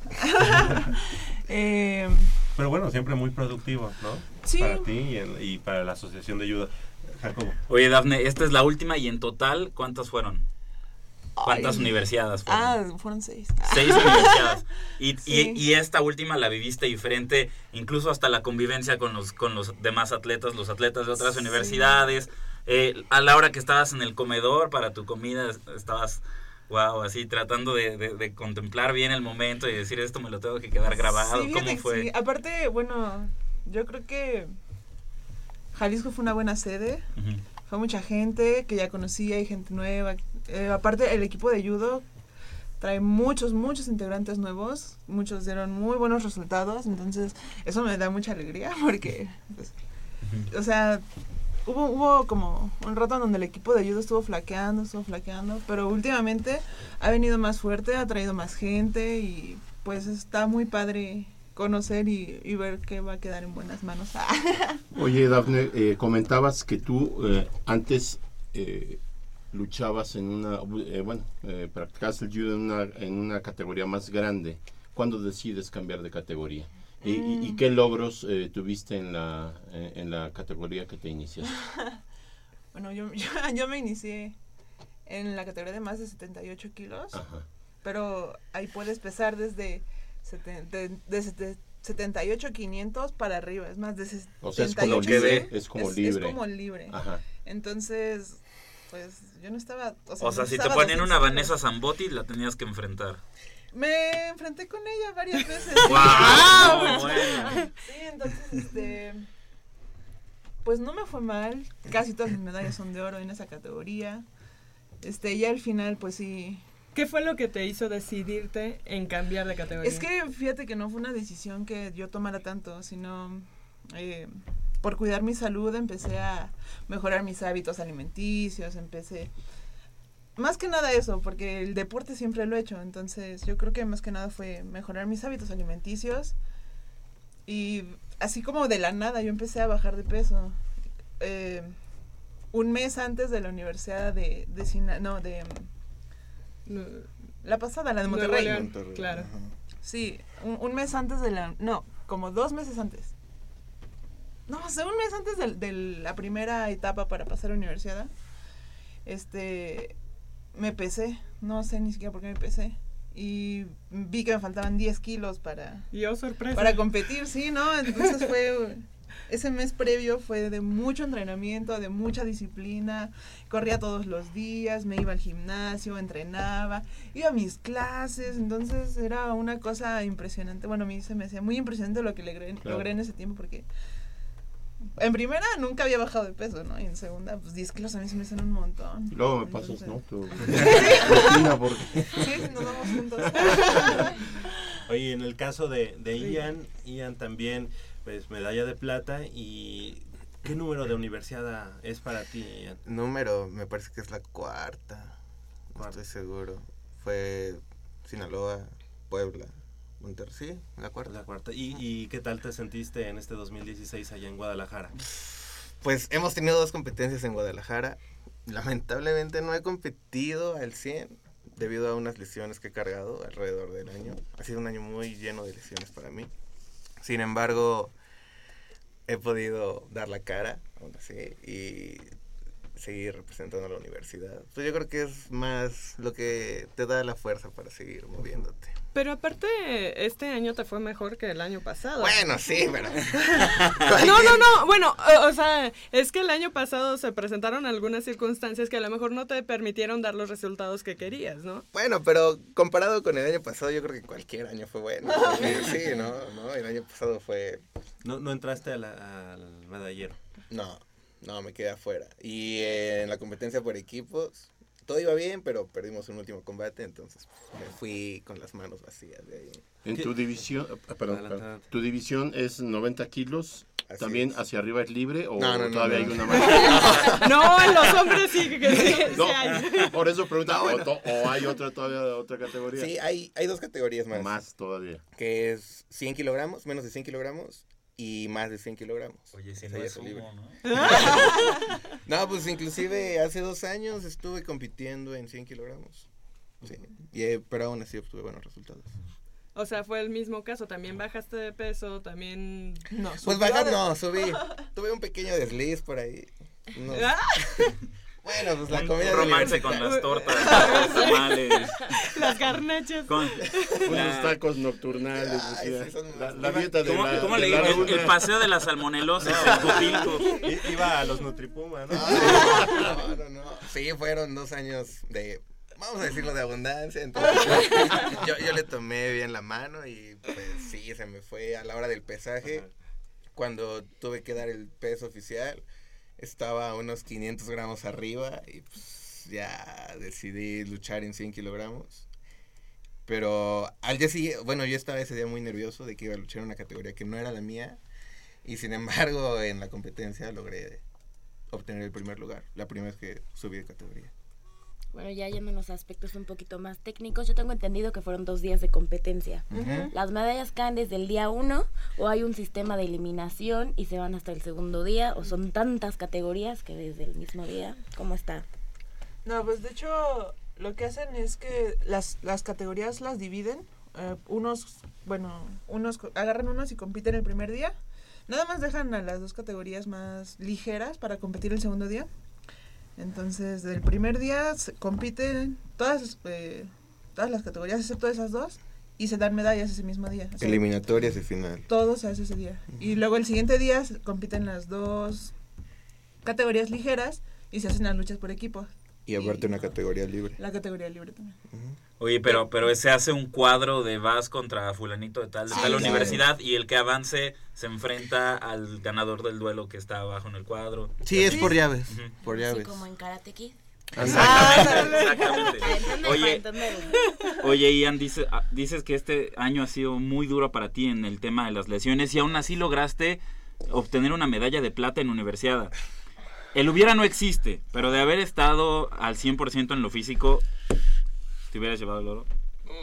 Pero bueno, siempre muy productivo, ¿no? Sí. Para ti y para la Asociación de Judo. Jacobo. Oye, Dafne, esta es la última y en total, ¿cuántas fueron? ¿Cuántas universidades fueron? Fueron 6. 6 universidades. Sí. Y esta última la viviste diferente, incluso hasta la convivencia con los demás atletas, los atletas de otras universidades. A la hora que estabas en el comedor para tu comida, estabas, wow, así tratando de contemplar bien el momento y decir, esto me lo tengo que quedar grabado. Sí, ¿Cómo fue? Sí. Aparte, bueno, yo creo que Jalisco fue una buena sede. Uh-huh. Fue mucha gente que ya conocía y gente nueva. Aparte, el equipo de judo trae muchos integrantes nuevos. Muchos dieron muy buenos resultados. Entonces, eso me da mucha alegría porque, pues, o sea, hubo como un rato en donde el equipo de judo estuvo flaqueando. Pero últimamente ha venido más fuerte, ha traído más gente y pues está muy padre conocer y ver que va a quedar en buenas manos. Oye, Dafne, comentabas que tú antes luchabas en una, practicabas el judo en una categoría más grande. ¿Cuándo decides cambiar de categoría? ¿Y qué logros tuviste en la categoría que te iniciaste? Bueno, yo me inicié en la categoría de más de 78 kilos. Ajá. Pero ahí puedes pesar desde 78,500 para arriba, es más de 78. O sea, es como libre. Es como libre. Ajá. Entonces, pues yo no estaba... O sea, si te ponían una Vanessa Zambotti, la tenías que enfrentar. Me enfrenté con ella varias veces. ¡Wow! Bueno. Sí, entonces, pues no me fue mal. Casi todas mis medallas son de oro en esa categoría. Ya al final, pues sí... ¿Qué fue lo que te hizo decidirte en cambiar de categoría? Es que fíjate que no fue una decisión que yo tomara tanto, sino por cuidar mi salud empecé a mejorar mis hábitos alimenticios, más que nada eso, porque el deporte siempre lo he hecho, entonces yo creo que más que nada fue mejorar mis hábitos alimenticios y así como de la nada yo empecé a bajar de peso. Un mes antes de la universidad la pasada, la de Monterrey. Claro. Sí, un mes antes como 2 meses antes. No, o sea, un mes antes de la primera etapa para pasar a la universidad. Me pesé, no sé ni siquiera por qué me pesé. Y vi que me faltaban 10 kilos para competir, sí, ¿no? Entonces ese mes previo fue de mucho entrenamiento, de mucha disciplina, corría todos los días, me iba al gimnasio, entrenaba, iba a mis clases, entonces era una cosa impresionante. Bueno, a mí se me hacía muy impresionante lo que logré en ese tiempo, porque en primera nunca había bajado de peso, ¿no? Y en segunda, pues 10 kilos a mí se me hacen un montón. Y luego me pasas, ¿no? Tu rutina, porque... Sí, nos vamos juntos. Oye, en el caso de Ian también... Pues medalla de plata. ¿Y qué número de universidad es para ti? Número, me parece que es la cuarta. No estoy seguro. Fue Sinaloa, Puebla, Monterrey, sí, la cuarta. ¿Y qué tal te sentiste en este 2016 allá en Guadalajara? Pues hemos tenido 2 competencias en Guadalajara. Lamentablemente no he competido al 100 debido a unas lesiones que he cargado alrededor del año. Ha sido un año muy lleno de lesiones para mí. Sin embargo, he podido dar la cara, aún así, y seguir representando a la universidad. Pues yo creo que es más lo que te da la fuerza para seguir moviéndote. Pero aparte, este año te fue mejor que el año pasado. Bueno, sí, pero... No, bueno, o sea, es que el año pasado se presentaron algunas circunstancias que a lo mejor no te permitieron dar los resultados que querías, ¿no? Bueno, pero comparado con el año pasado, yo creo que cualquier año fue bueno. Sí, ¿no? El año pasado fue... ¿No entraste al medallero? No, me quedé afuera. Y en la competencia por equipos... Todo iba bien, pero perdimos un último combate, entonces me fui con las manos vacías de ahí. En tu división, ¿tu división es 90 kilos? Así ¿también es. Hacia arriba es libre o todavía hay una más? No, en los hombres sí que sí hay. Por eso pregunta, ¿o hay otra categoría? Sí, hay 2 categorías más. Más todavía. Que es 100 kilogramos, menos de 100 kilogramos. Y más de 100 kilogramos. Oye, si no es humo, ¿no? No, pues inclusive hace 2 años estuve compitiendo en 100 kilogramos. Sí, pero aún así obtuve buenos resultados. O sea, fue el mismo caso. ¿También bajaste de peso? ¿También...? Subí. Tuve un pequeño desliz por ahí. Bueno, pues la Un comida romance con las tortas, los tamales. Las garnachas. Unos tacos nocturnales. La dieta de la... ¿Cómo le digo? El paseo de la salmonelosis en Copilco. Iba a los Nutripumas, ¿no? No. Sí, fueron 2 años de, vamos a decirlo, de abundancia. Entonces, yo le tomé bien la mano y pues sí, se me fue a la hora del pesaje. Cuando tuve que dar el peso oficial, estaba a unos 500 gramos arriba y pues ya decidí luchar en 100 kilogramos. Pero al día siguiente, bueno, yo estaba ese día muy nervioso de que iba a luchar en una categoría que no era la mía. Y sin embargo, en la competencia logré obtener el primer lugar, la primera vez que subí de categoría. Bueno, ya yendo a aspectos un poquito más técnicos, yo tengo entendido que fueron 2 días de competencia. ¿Las medallas caen desde el día 1 o hay un sistema de eliminación y se van hasta el segundo día? ¿O son tantas categorías que desde el mismo día? ¿Cómo está? No, pues de hecho lo que hacen es que las categorías las dividen. Unos agarran unos y compiten el primer día. Nada más dejan a las 2 categorías más ligeras para competir el segundo día. Entonces, del primer día compiten todas las categorías, excepto esas 2, y se dan medallas ese mismo día. O sea, eliminatorias y final. Todo se hace ese día. Y luego el siguiente día compiten las 2 categorías ligeras y se hacen las luchas por equipo. Y aparte una categoría libre. La categoría libre también. Oye, pero se hace un cuadro de vas contra fulanito de tal universidad y el que avance se enfrenta al ganador del duelo que está abajo en el cuadro. Sí, es por llaves, por llaves. Así como en Karate Kid. Exactamente. Oye, Ian, dices que este año ha sido muy duro para ti en el tema de las lesiones y aún así lograste obtener una medalla de plata en universidad. El hubiera no existe, pero de haber estado al 100% en lo físico, ¿te hubieras llevado el oro?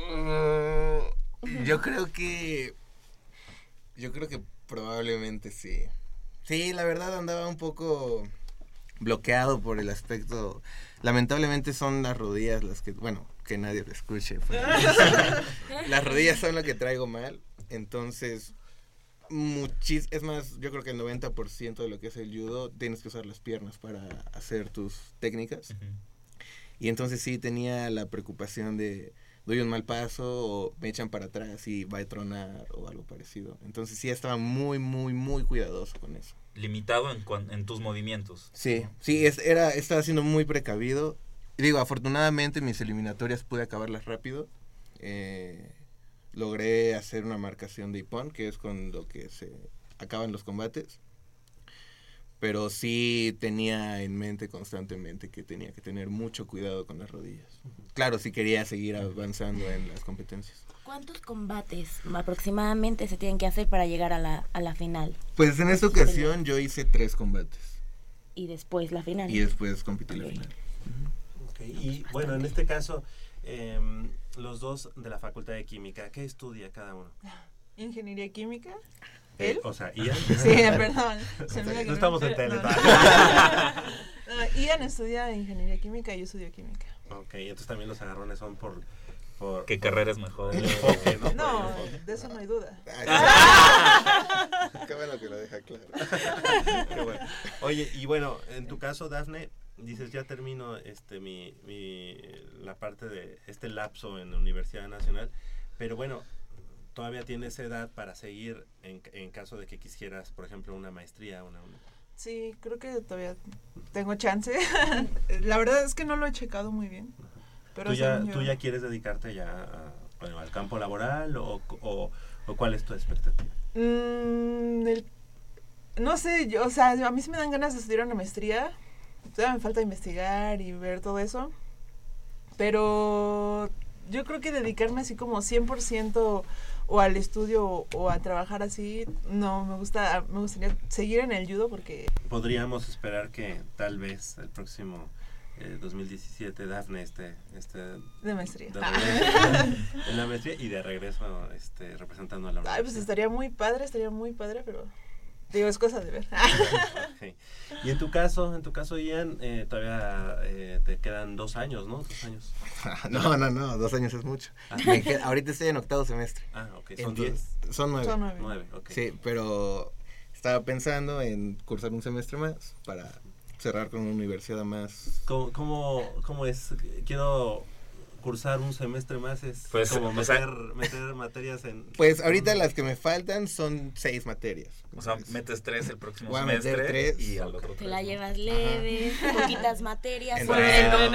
Yo creo que probablemente sí. Sí, la verdad andaba un poco bloqueado por el aspecto. Lamentablemente son las rodillas las que, bueno, que nadie lo escuche. Las rodillas son lo que traigo mal, entonces es más, yo creo que el 90% de lo que es el judo tienes que usar las piernas para hacer tus técnicas. Y entonces sí tenía la preocupación de doy un mal paso o me echan para atrás y va a tronar o algo parecido. Entonces sí estaba muy, muy, muy cuidadoso con eso. Limitado en tus movimientos. Sí, estaba siendo muy precavido. Y digo, afortunadamente mis eliminatorias pude acabarlas rápido. Logré hacer una marcación de ippon, que es con lo que se acaban los combates. Pero sí tenía en mente constantemente que tenía que tener mucho cuidado con las rodillas. Claro, si quería seguir avanzando en las competencias. ¿Cuántos combates aproximadamente se tienen que hacer para llegar a la final? Pues en esta ocasión yo hice 3 combates. Y después la final. Y después competí la final. Y bueno, en este caso, los dos de la Facultad de Química, ¿qué estudia cada uno? Ingeniería química. ¿Él? O sea, Ian. Sí, perdón. No estamos en tele. Ian estudia ingeniería química y yo estudio química. Ok, entonces también los agarrones son por ¿qué carrera es mejor? El enfoque, ¿no? No, de eso no hay duda. Qué bueno que lo deja claro. Qué bueno. Oye, y bueno, en tu caso, Dafne, dices, ya termino la parte de este lapso en la Universidad Nacional, pero bueno, todavía tienes edad para seguir en caso de que quisieras, por ejemplo, una maestría. Sí, creo que todavía tengo chance. La verdad es que no lo he checado muy bien. Pero ¿Tú ya quieres dedicarte ya al campo laboral o cuál es tu expectativa? No sé, a mí sí me dan ganas de estudiar una maestría. Todavía me falta investigar y ver todo eso. Pero yo creo que dedicarme así como 100% o al estudio o a trabajar así, no, me gustaría seguir en el judo porque... Podríamos esperar que tal vez el próximo 2017 Dafne esté de maestría. En la maestría y de regreso representando a la universidad. Ay, pues estaría muy padre, pero... Digo, es cosa de ver. Okay. Y en tu caso, Ian, todavía te quedan 2 años, ¿no? 2 años. No, 2 años es mucho. Ahorita estoy en 8º semestre. Ah, ok. ¿Son 10? Son 9. Son 9. 9, ok. Sí, pero estaba pensando en cursar un semestre más para cerrar con una universidad más. ¿Cómo es? Quiero cursar un semestre más, es pues, como meter materias en... Pues ahorita las que me faltan son 6 materias. O sea, metes 3 el próximo Voy a semestre meter 3 y al otro 3. Te la llevas leve, poquitas materias. Evitas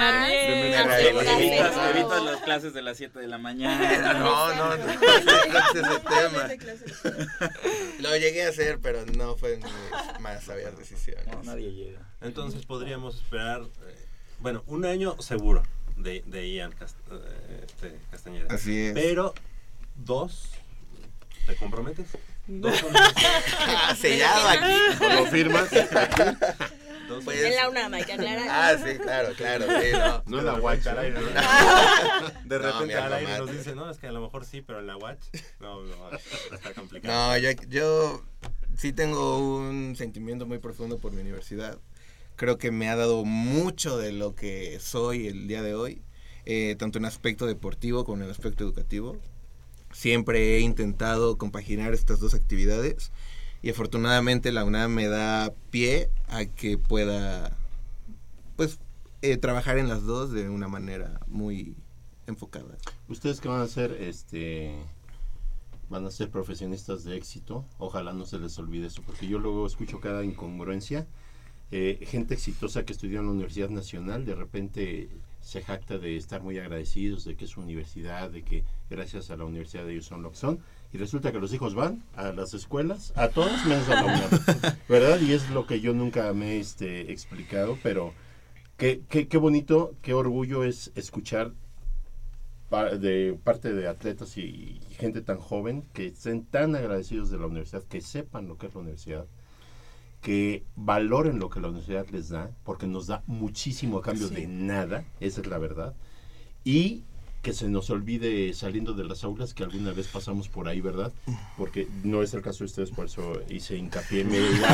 las clases de las 7 de la mañana. No es ese tema. Lo llegué a hacer, pero no fue más sabias decisiones. No, nadie llega. Entonces podríamos esperar, un año seguro de Ian Castañeda. Así es. Pero 2, ¿te comprometes? 2 sellado aquí. ¿Lo firmas? Pues, en la UNAM, hay que aclarar. Sí, claro, sí, no en la UACH. De repente al aire nos dice, no, es que a lo mejor sí, pero en la UACH, no, está complicado. No, yo sí tengo un sentimiento muy profundo por mi universidad. Creo que me ha dado mucho de lo que soy el día de hoy, tanto en aspecto deportivo como en aspecto educativo. Siempre he intentado compaginar estas 2 actividades y afortunadamente la UNAM me da pie a que pueda trabajar en las 2 de una manera muy enfocada. ¿Ustedes qué van a hacer? Van a ser profesionistas de éxito. Ojalá no se les olvide eso, porque yo luego escucho cada incongruencia. Gente exitosa que estudió en la Universidad Nacional de repente se jacta de estar muy agradecidos de que es su universidad, de que gracias a la universidad ellos son lo que son, y resulta que los hijos van a las escuelas, a todas menos a la UNAM, ¿verdad? Y es lo que yo nunca me he explicado, pero qué bonito, qué orgullo es escuchar de parte de atletas y gente tan joven que estén tan agradecidos de la universidad, que sepan lo que es la universidad, que valoren lo que la universidad les da, porque nos da muchísimo a cambio de nada, esa es la verdad, y que se nos olvide saliendo de las aulas que alguna vez pasamos por ahí, ¿verdad? Porque no es el caso de ustedes, por eso hice hincapié.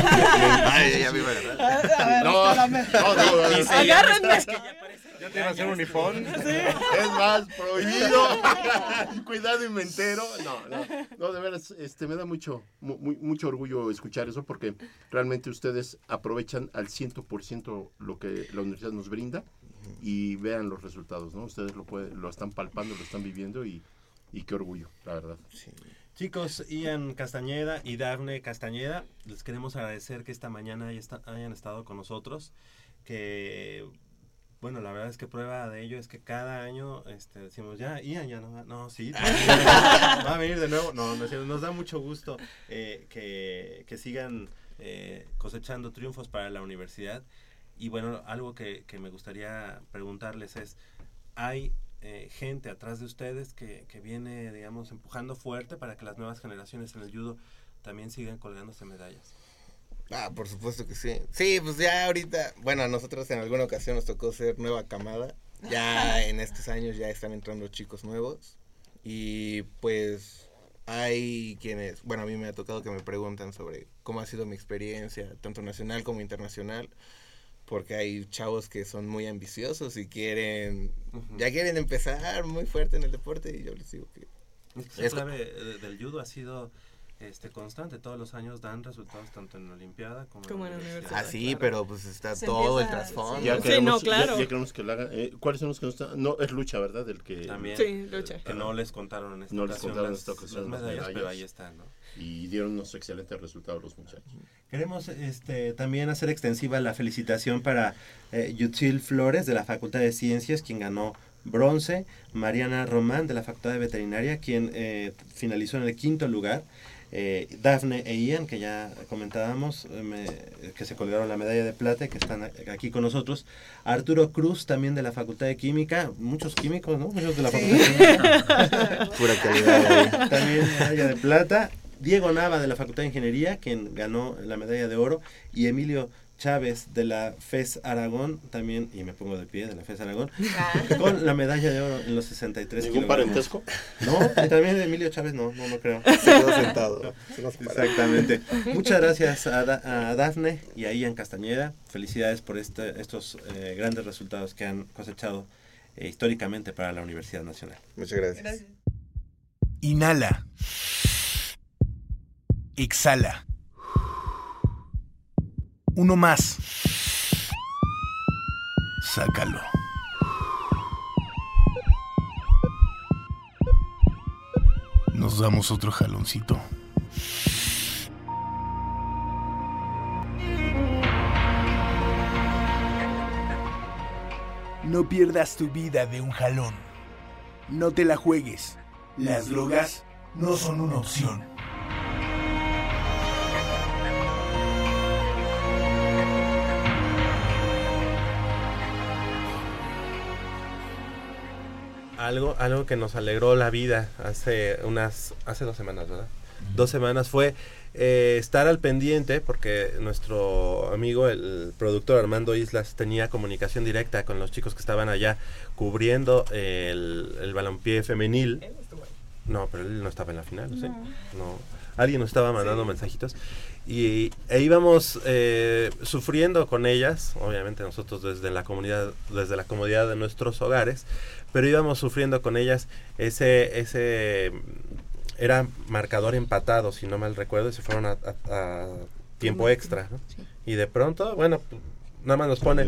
Agárrenme. Ya te iba a hacer un iPhone. Es más, prohibido. Cuidado y me entero. No, de veras, me da mucho orgullo escuchar eso, porque realmente ustedes aprovechan al 100% lo que la universidad nos brinda, y vean los resultados, ¿no? Ustedes lo están palpando, lo están viviendo, y qué orgullo, la verdad. Sí. Chicos, Ian Castañeda y Dafne Castañeda, les queremos agradecer que esta mañana hayan estado con nosotros, que... Bueno, la verdad es que prueba de ello es que cada año decimos, Ian ya no va, no, sí, va a venir de nuevo. No, nos da mucho gusto que sigan cosechando triunfos para la universidad. Y bueno, algo que me gustaría preguntarles es, ¿hay gente atrás de ustedes que viene, digamos, empujando fuerte para que las nuevas generaciones en el judo también sigan colgándose medallas? Por supuesto que sí. Sí, pues ya ahorita, bueno, a nosotros en alguna ocasión nos tocó ser nueva camada. Ya en estos años ya están entrando chicos nuevos. Y pues hay quienes, bueno, a mí me ha tocado que me preguntan sobre cómo ha sido mi experiencia, tanto nacional como internacional. Porque hay chavos que son muy ambiciosos y ya quieren empezar muy fuerte en el deporte, y yo les digo que... La clave del judo ha sido... constante, todos los años dan resultados tanto en la Olimpiada como en la universidad. Sí, claro. Pero pues está todo el trasfondo. Ya queremos que lo hagan. ¿Cuáles son los que no están? No, es lucha, ¿verdad? También, lucha. Que no les contaron en esta ocasión las medallas, pero ahí están, ¿no? Y dieron unos excelentes resultados los muchachos. Queremos también hacer extensiva la felicitación para Yutzil Flores de la Facultad de Ciencias, quien ganó bronce, Mariana Román de la Facultad de Veterinaria, quien finalizó en el 5º lugar, Dafne e Ian, que ya comentábamos, que se colgaron la medalla de plata, que están aquí con nosotros, Arturo Cruz también de la Facultad de Química, muchos químicos, ¿no? Muchos de la Facultad de Química. Pura calidad. También medalla de plata, Diego Nava de la Facultad de Ingeniería, quien ganó la medalla de oro, y Emilio Chávez de la FES Aragón, también, y me pongo de pie, de la FES Aragón, con la medalla de oro en los 63 ¿Ningún parentesco? No, también Emilio Chávez no creo. Se quedó sentado. Exactamente. Muchas gracias a Dafne y a Ian Castañeda. Felicidades por estos grandes resultados que han cosechado históricamente para la Universidad Nacional. Muchas gracias. Inhala. Exhala. Uno más. sácalo. Nos damos otro jaloncito. No pierdas tu vida de un jalón. No te la juegues. Las drogas no son una opción. Algo que nos alegró la vida hace 2 semanas, ¿verdad? 2 semanas fue estar al pendiente, porque nuestro amigo, el productor Armando Islas, tenía comunicación directa con los chicos que estaban allá cubriendo el balompié femenil. No, pero él no estaba en la final, ¿sí? No. Alguien nos estaba mandando mensajitos e íbamos sufriendo con ellas, obviamente nosotros desde la comodidad de nuestros hogares, pero íbamos sufriendo con ellas ese era marcador empatado, si no mal recuerdo, y se fueron a tiempo extra, ¿no? Sí. Y de pronto, bueno, nada más nos pone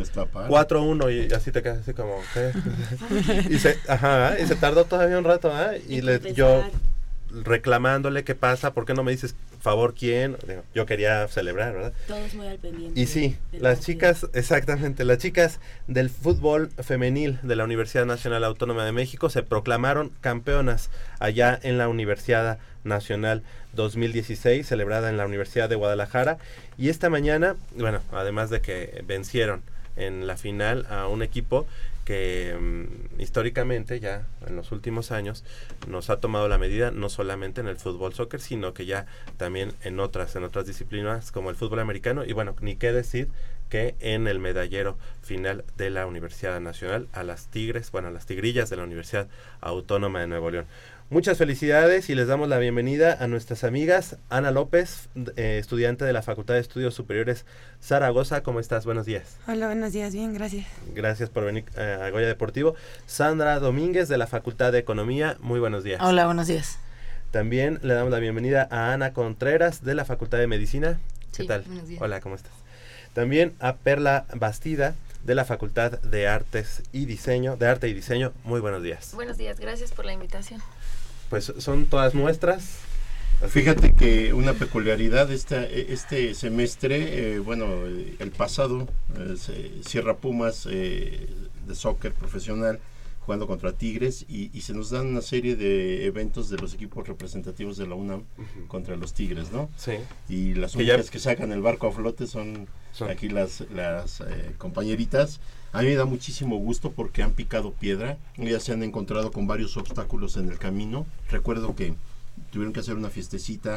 4-1 y así te quedas así como, ¿qué? y se tardó todavía un rato, y yo reclamándole qué pasa, ¿por qué no me dices favor quién? Yo quería celebrar, ¿verdad? Todos muy al pendiente. Y sí, las chicas, exactamente, las chicas del fútbol femenil de la Universidad Nacional Autónoma de México se proclamaron campeonas allá en la Universidad Nacional 2016, celebrada en la Universidad de Guadalajara, y esta mañana, bueno, además de que vencieron en la final a un equipo que históricamente ya en los últimos años nos ha tomado la medida, no solamente en el fútbol soccer, sino que ya también en otras disciplinas como el fútbol americano, y bueno, ni qué decir que en el medallero final de la Universidad Nacional a las tigrillas de la Universidad Autónoma de Nuevo León. Muchas felicidades y les damos la bienvenida a nuestras amigas. Ana López, estudiante de la Facultad de Estudios Superiores Zaragoza. ¿Cómo estás? Buenos días. Hola, buenos días. Bien, gracias. Gracias por venir a Goya Deportivo. Sandra Domínguez, de la Facultad de Economía. Muy buenos días. Hola, buenos días. También le damos la bienvenida a Ana Contreras, de la Facultad de Medicina. ¿Qué tal? Buenos días. Hola, ¿cómo estás? También a Perla Bastida, de la Facultad de Arte y Diseño. Muy buenos días. Buenos días, gracias por la invitación. Pues son todas nuestras. Fíjate que una peculiaridad este semestre, el pasado, Sierra Pumas de soccer profesional jugando contra Tigres y se nos dan una serie de eventos de los equipos representativos de la UNAM contra los Tigres, ¿no? Sí. Y las únicas que sacan el barco a flote son aquí las compañeritas. A mí me da muchísimo gusto porque han picado piedra, ya se han encontrado con varios obstáculos en el camino. Recuerdo que tuvieron que hacer una fiestecita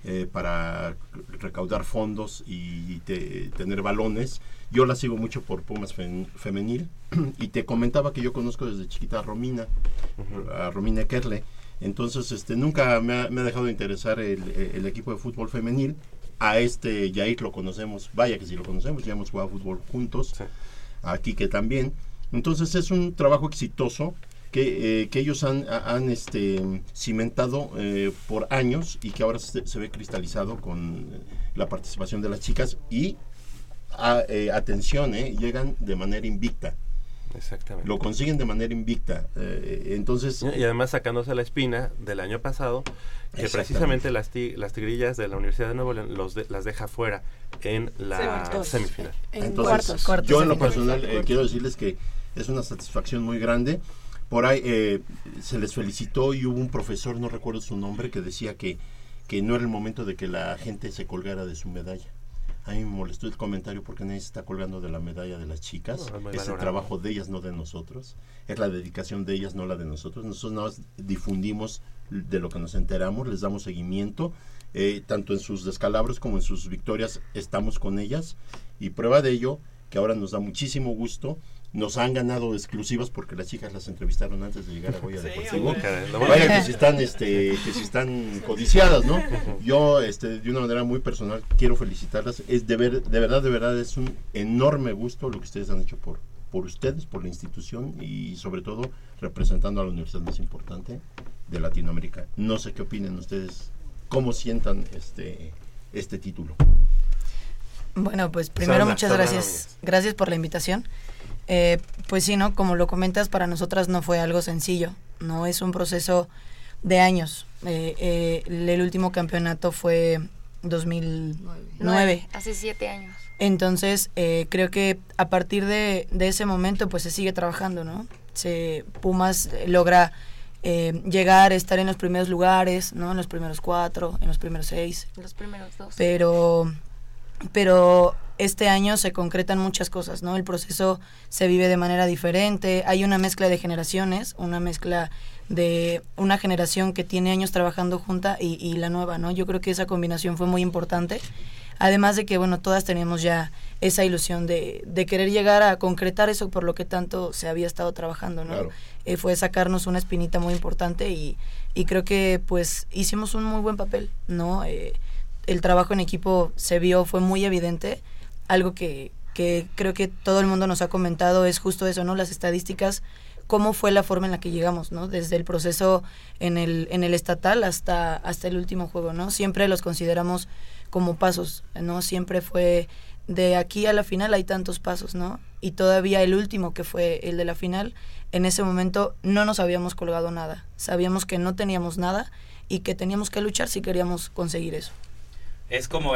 para recaudar fondos y tener balones. Yo la sigo mucho por Pumas femenil y te comentaba que yo conozco desde chiquita a Romina Kerle. Entonces nunca me ha dejado de interesar el equipo de fútbol femenil. A Yair lo conocemos, vaya que sí lo conocemos, ya hemos jugado fútbol juntos. Sí. Aquí que también. Entonces es un trabajo exitoso que ellos han cimentado por años y que ahora se ve cristalizado con la participación de las chicas y atención, llegan de manera invicta. Exactamente. Lo consiguen de manera invicta. Entonces y además sacándose la espina del año pasado, que precisamente las tigrillas de la Universidad de Nuevo León las deja fuera en la semifinal. Entonces, yo en lo personal quiero decirles que es una satisfacción muy grande. Por ahí se les felicitó y hubo un profesor, no recuerdo su nombre, que decía que no era el momento de que la gente se colgara de su medalla. A mí me molestó el comentario porque nadie se está colgando de la medalla de las chicas. No, es el trabajo de ellas, no de nosotros. Es la dedicación de ellas, no la de nosotros. Nosotros nada más difundimos de lo que nos enteramos, les damos seguimiento. Tanto en sus descalabros como en sus victorias estamos con ellas. Y prueba de ello, que ahora nos da muchísimo gusto. Nos han ganado exclusivas porque las chicas las entrevistaron antes de llegar a Goya Deportivo. Vaya que si están codiciadas, ¿no? Yo, de una manera muy personal, quiero felicitarlas. Es de verdad es un enorme gusto lo que ustedes han hecho por ustedes, por la institución y sobre todo representando a la universidad más importante de Latinoamérica. No sé qué opinen ustedes, cómo sientan este título. Bueno, pues primero muchas gracias por la invitación. Pues sí, ¿no? Como lo comentas, para nosotras no fue algo sencillo, ¿no? Es un proceso de años. El último campeonato fue 2009. Hace 7 años. Entonces, creo que a partir de ese momento, pues se sigue trabajando, ¿no? Pumas logra llegar, estar en los primeros lugares, ¿no? En los primeros 4, en los primeros 6. En los primeros 2. Pero este año se concretan muchas cosas, ¿no? El proceso se vive de manera diferente, hay una mezcla de generaciones, una mezcla de una generación que tiene años trabajando junta y la nueva, ¿no? Yo creo que esa combinación fue muy importante, además de que, bueno, todas teníamos ya esa ilusión de querer llegar a concretar eso por lo que tanto se había estado trabajando, ¿no? Claro. Fue sacarnos una espinita muy importante y creo que, pues, hicimos un muy buen papel, ¿no? El trabajo en equipo se vio, fue muy evidente. Algo que creo que todo el mundo nos ha comentado es justo eso, ¿no? Las estadísticas, cómo fue la forma en la que llegamos, ¿no? Desde el proceso en el estatal hasta el último juego, ¿no? Siempre los consideramos como pasos, ¿no? Siempre fue de aquí a la final hay tantos pasos, ¿no? Y todavía el último, que fue el de la final, en ese momento no nos habíamos colgado nada. Sabíamos que no teníamos nada y que teníamos que luchar si queríamos conseguir eso. Es como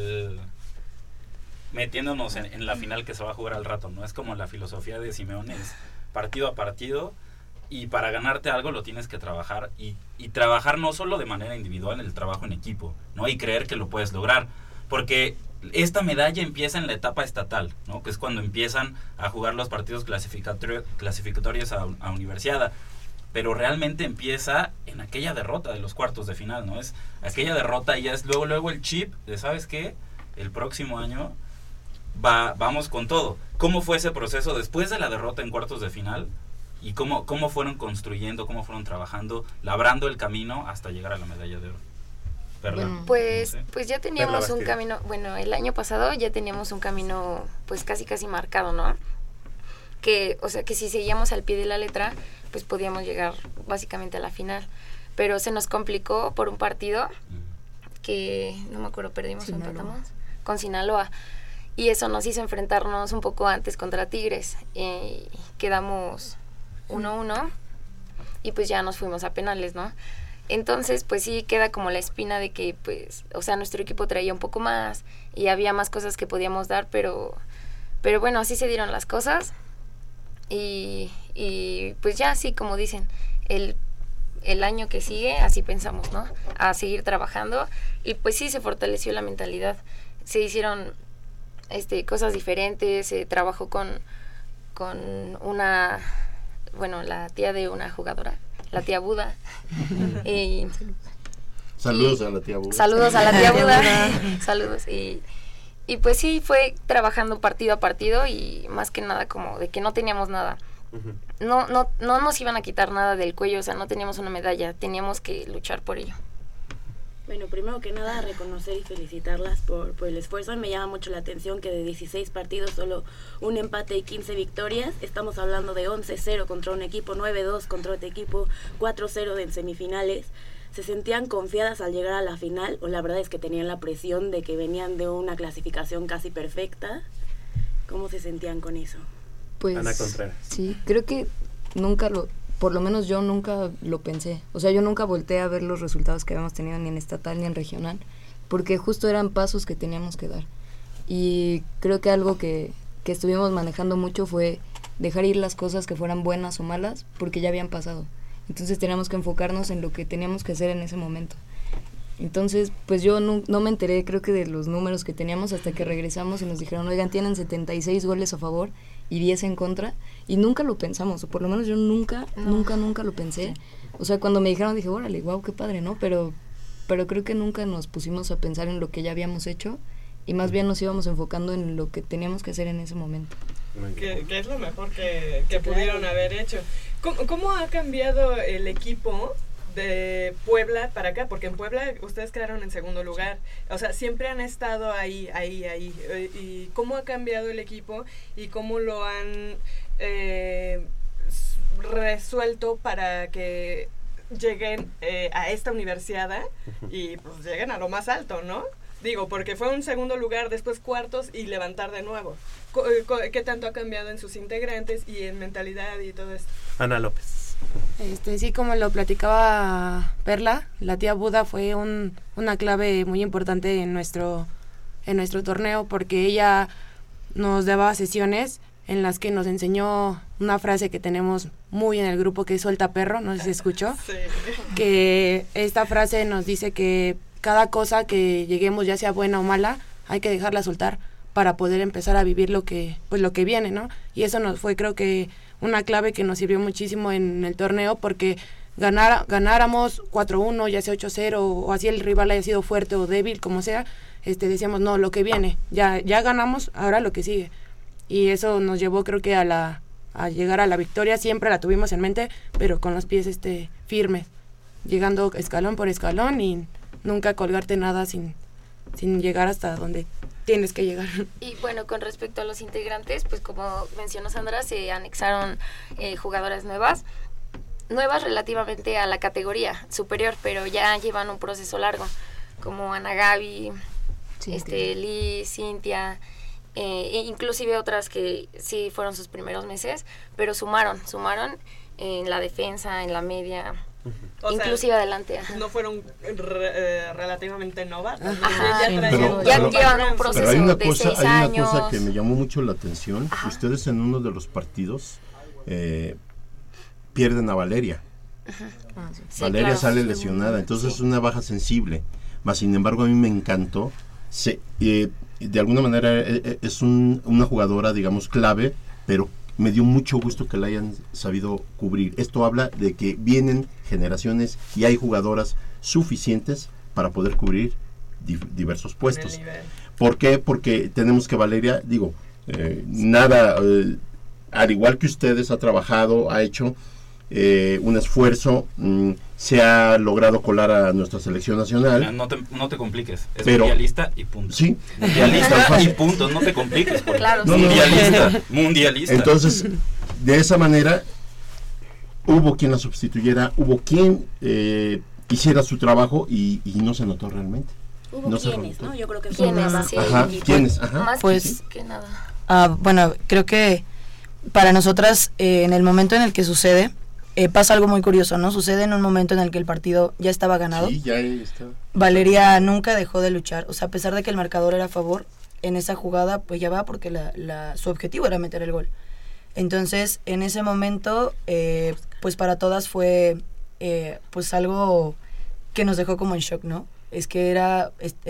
metiéndonos en la final que se va a jugar al rato, ¿no? Es como la filosofía de Simeone, es partido a partido, y para ganarte algo lo tienes que trabajar, y trabajar no solo de manera individual, el trabajo en equipo, ¿no? Y creer que lo puedes lograr, porque esta medalla empieza en la etapa estatal, ¿no? Que es cuando empiezan a jugar los partidos clasificatorios a Universiada, pero realmente empieza en aquella derrota de los cuartos de final, ¿no? Es aquella derrota y ya es luego el chip de, ¿sabes qué? El próximo año vamos con todo. ¿Cómo fue ese proceso después de la derrota en cuartos de final? ¿Y cómo fueron construyendo, cómo fueron trabajando, labrando el camino hasta llegar a la medalla de oro? Bueno, pues ya teníamos un camino, bueno, el año pasado ya teníamos un camino pues casi marcado, ¿no? Que, o sea, que si seguíamos al pie de la letra, pues podíamos llegar básicamente a la final. Pero se nos complicó por un partido que, no me acuerdo, perdimos o empatamos con Sinaloa. Y eso nos hizo enfrentarnos un poco antes contra Tigres. Quedamos 1-1 y pues ya nos fuimos a penales, ¿no? Entonces, pues sí queda como la espina de que, pues, o sea, nuestro equipo traía un poco más y había más cosas que podíamos dar, pero bueno, así se dieron las cosas. Y pues ya, así como dicen, el año que sigue, así pensamos, ¿no? A seguir trabajando. Y pues sí, se fortaleció la mentalidad. Se hicieron cosas diferentes, se trabajó con una, bueno, la tía de una jugadora, la tía Buda. Saludos a la tía Buda. Saludos a la tía Buda. Saludos. Y pues sí, fue trabajando partido a partido y más que nada como de que no teníamos nada. No nos iban a quitar nada del cuello, o sea, no teníamos una medalla, teníamos que luchar por ello. Bueno, primero que nada, reconocer y felicitarlas por el esfuerzo. Me llama mucho la atención que de 16 partidos, solo un empate y 15 victorias. Estamos hablando de 11-0 contra un equipo, 9-2 contra otro equipo, 4-0 en semifinales. ¿Se sentían confiadas al llegar a la final o la verdad es que tenían la presión de que venían de una clasificación casi perfecta? ¿Cómo se sentían con eso? Pues, Ana Contreras. Sí, creo que por lo menos yo nunca lo pensé. O sea, yo nunca volteé a ver los resultados que habíamos tenido ni en estatal ni en regional, porque justo eran pasos que teníamos que dar. Y creo que algo que estuvimos manejando mucho fue dejar ir las cosas que fueran buenas o malas, porque ya habían pasado. Entonces teníamos que enfocarnos en lo que teníamos que hacer en ese momento. Entonces, pues yo no me enteré, creo que de los números que teníamos hasta que regresamos y nos dijeron, oigan, tienen 76 goles a favor y 10 en contra, y nunca lo pensamos, o por lo menos yo nunca lo pensé. O sea, cuando me dijeron dije, órale, wow, qué padre, ¿no? Pero creo que nunca nos pusimos a pensar en lo que ya habíamos hecho y más bien nos íbamos enfocando en lo que teníamos que hacer en ese momento. Que es lo mejor que pudieron haber hecho. ¿Cómo ha cambiado el equipo de Puebla para acá? Porque en Puebla ustedes quedaron en segundo lugar. O sea, siempre han estado ahí. ¿Y cómo ha cambiado el equipo y cómo lo han resuelto para que lleguen a esta universidad y pues lleguen a lo más alto, ¿no? Digo, porque fue un segundo lugar, después cuartos y levantar de nuevo. ¿Qué tanto ha cambiado en sus integrantes y en mentalidad y todo esto? Ana López. Sí, como lo platicaba Perla, la tía Buda fue una clave muy importante en nuestro torneo, porque ella nos daba sesiones en las que nos enseñó una frase que tenemos muy en el grupo, que es suelta perro, no sé si escuchó, sí. Que esta frase nos dice que cada cosa que lleguemos, ya sea buena o mala, hay que dejarla soltar para poder empezar a vivir lo que viene, ¿no? Y eso nos fue, creo que, una clave que nos sirvió muchísimo en el torneo, porque ganáramos 4-1, ya sea 8-0, o así el rival haya sido fuerte o débil, como sea, decíamos, no, lo que viene, ya ganamos, ahora lo que sigue. Y eso nos llevó, creo que, a llegar a la victoria. Siempre la tuvimos en mente, pero con los pies firmes, llegando escalón por escalón y nunca colgarte nada sin llegar hasta donde tienes que llegar. Y bueno, con respecto a los integrantes, pues como mencionó Sandra, se anexaron jugadoras nuevas relativamente a la categoría superior, pero ya llevan un proceso largo, como Ana Gaby, Liz, Cintia, inclusive otras que sí fueron sus primeros meses, pero sumaron en la defensa, en la media, inclusive adelante. No fueron relativamente novatas. Ya llevan un proceso de 6 años. Hay una cosa que me llamó mucho la atención. Ajá. Ustedes en uno de los partidos pierden a Valeria. Sí, Valeria claro, sale lesionada, entonces es una baja sensible. Mas, sin embargo, a mí me encantó. De alguna manera es una jugadora, digamos, clave, pero me dio mucho gusto que la hayan sabido cubrir. Esto habla de que vienen generaciones y hay jugadoras suficientes para poder cubrir diversos puestos. ¿Por qué? Porque tenemos que Valeria, al igual que ustedes, ha trabajado, ha hecho un esfuerzo, se ha logrado colar a nuestra selección nacional. No te compliques, es mundialista y punto. Sí, mundialista y punto, no te compliques. Claro, mundialista. Entonces, de esa manera, hubo quien la sustituyera, hubo quien hiciera su trabajo y no se notó realmente. Hubo quienes, ¿no? Yo creo que quienes, sí. ¿Quiénes? Más pues, que nada. Bueno, creo que para nosotras, en el momento en el que sucede, pasa algo muy curioso, ¿no? Sucede en un momento en el que el partido ya estaba ganado. Sí, ya está. Valeria nunca dejó de luchar, o sea, a pesar de que el marcador era a favor, en esa jugada pues ya va porque su objetivo era meter el gol. Entonces, en ese momento, pues para todas fue pues algo que nos dejó como en shock, ¿no? Es que era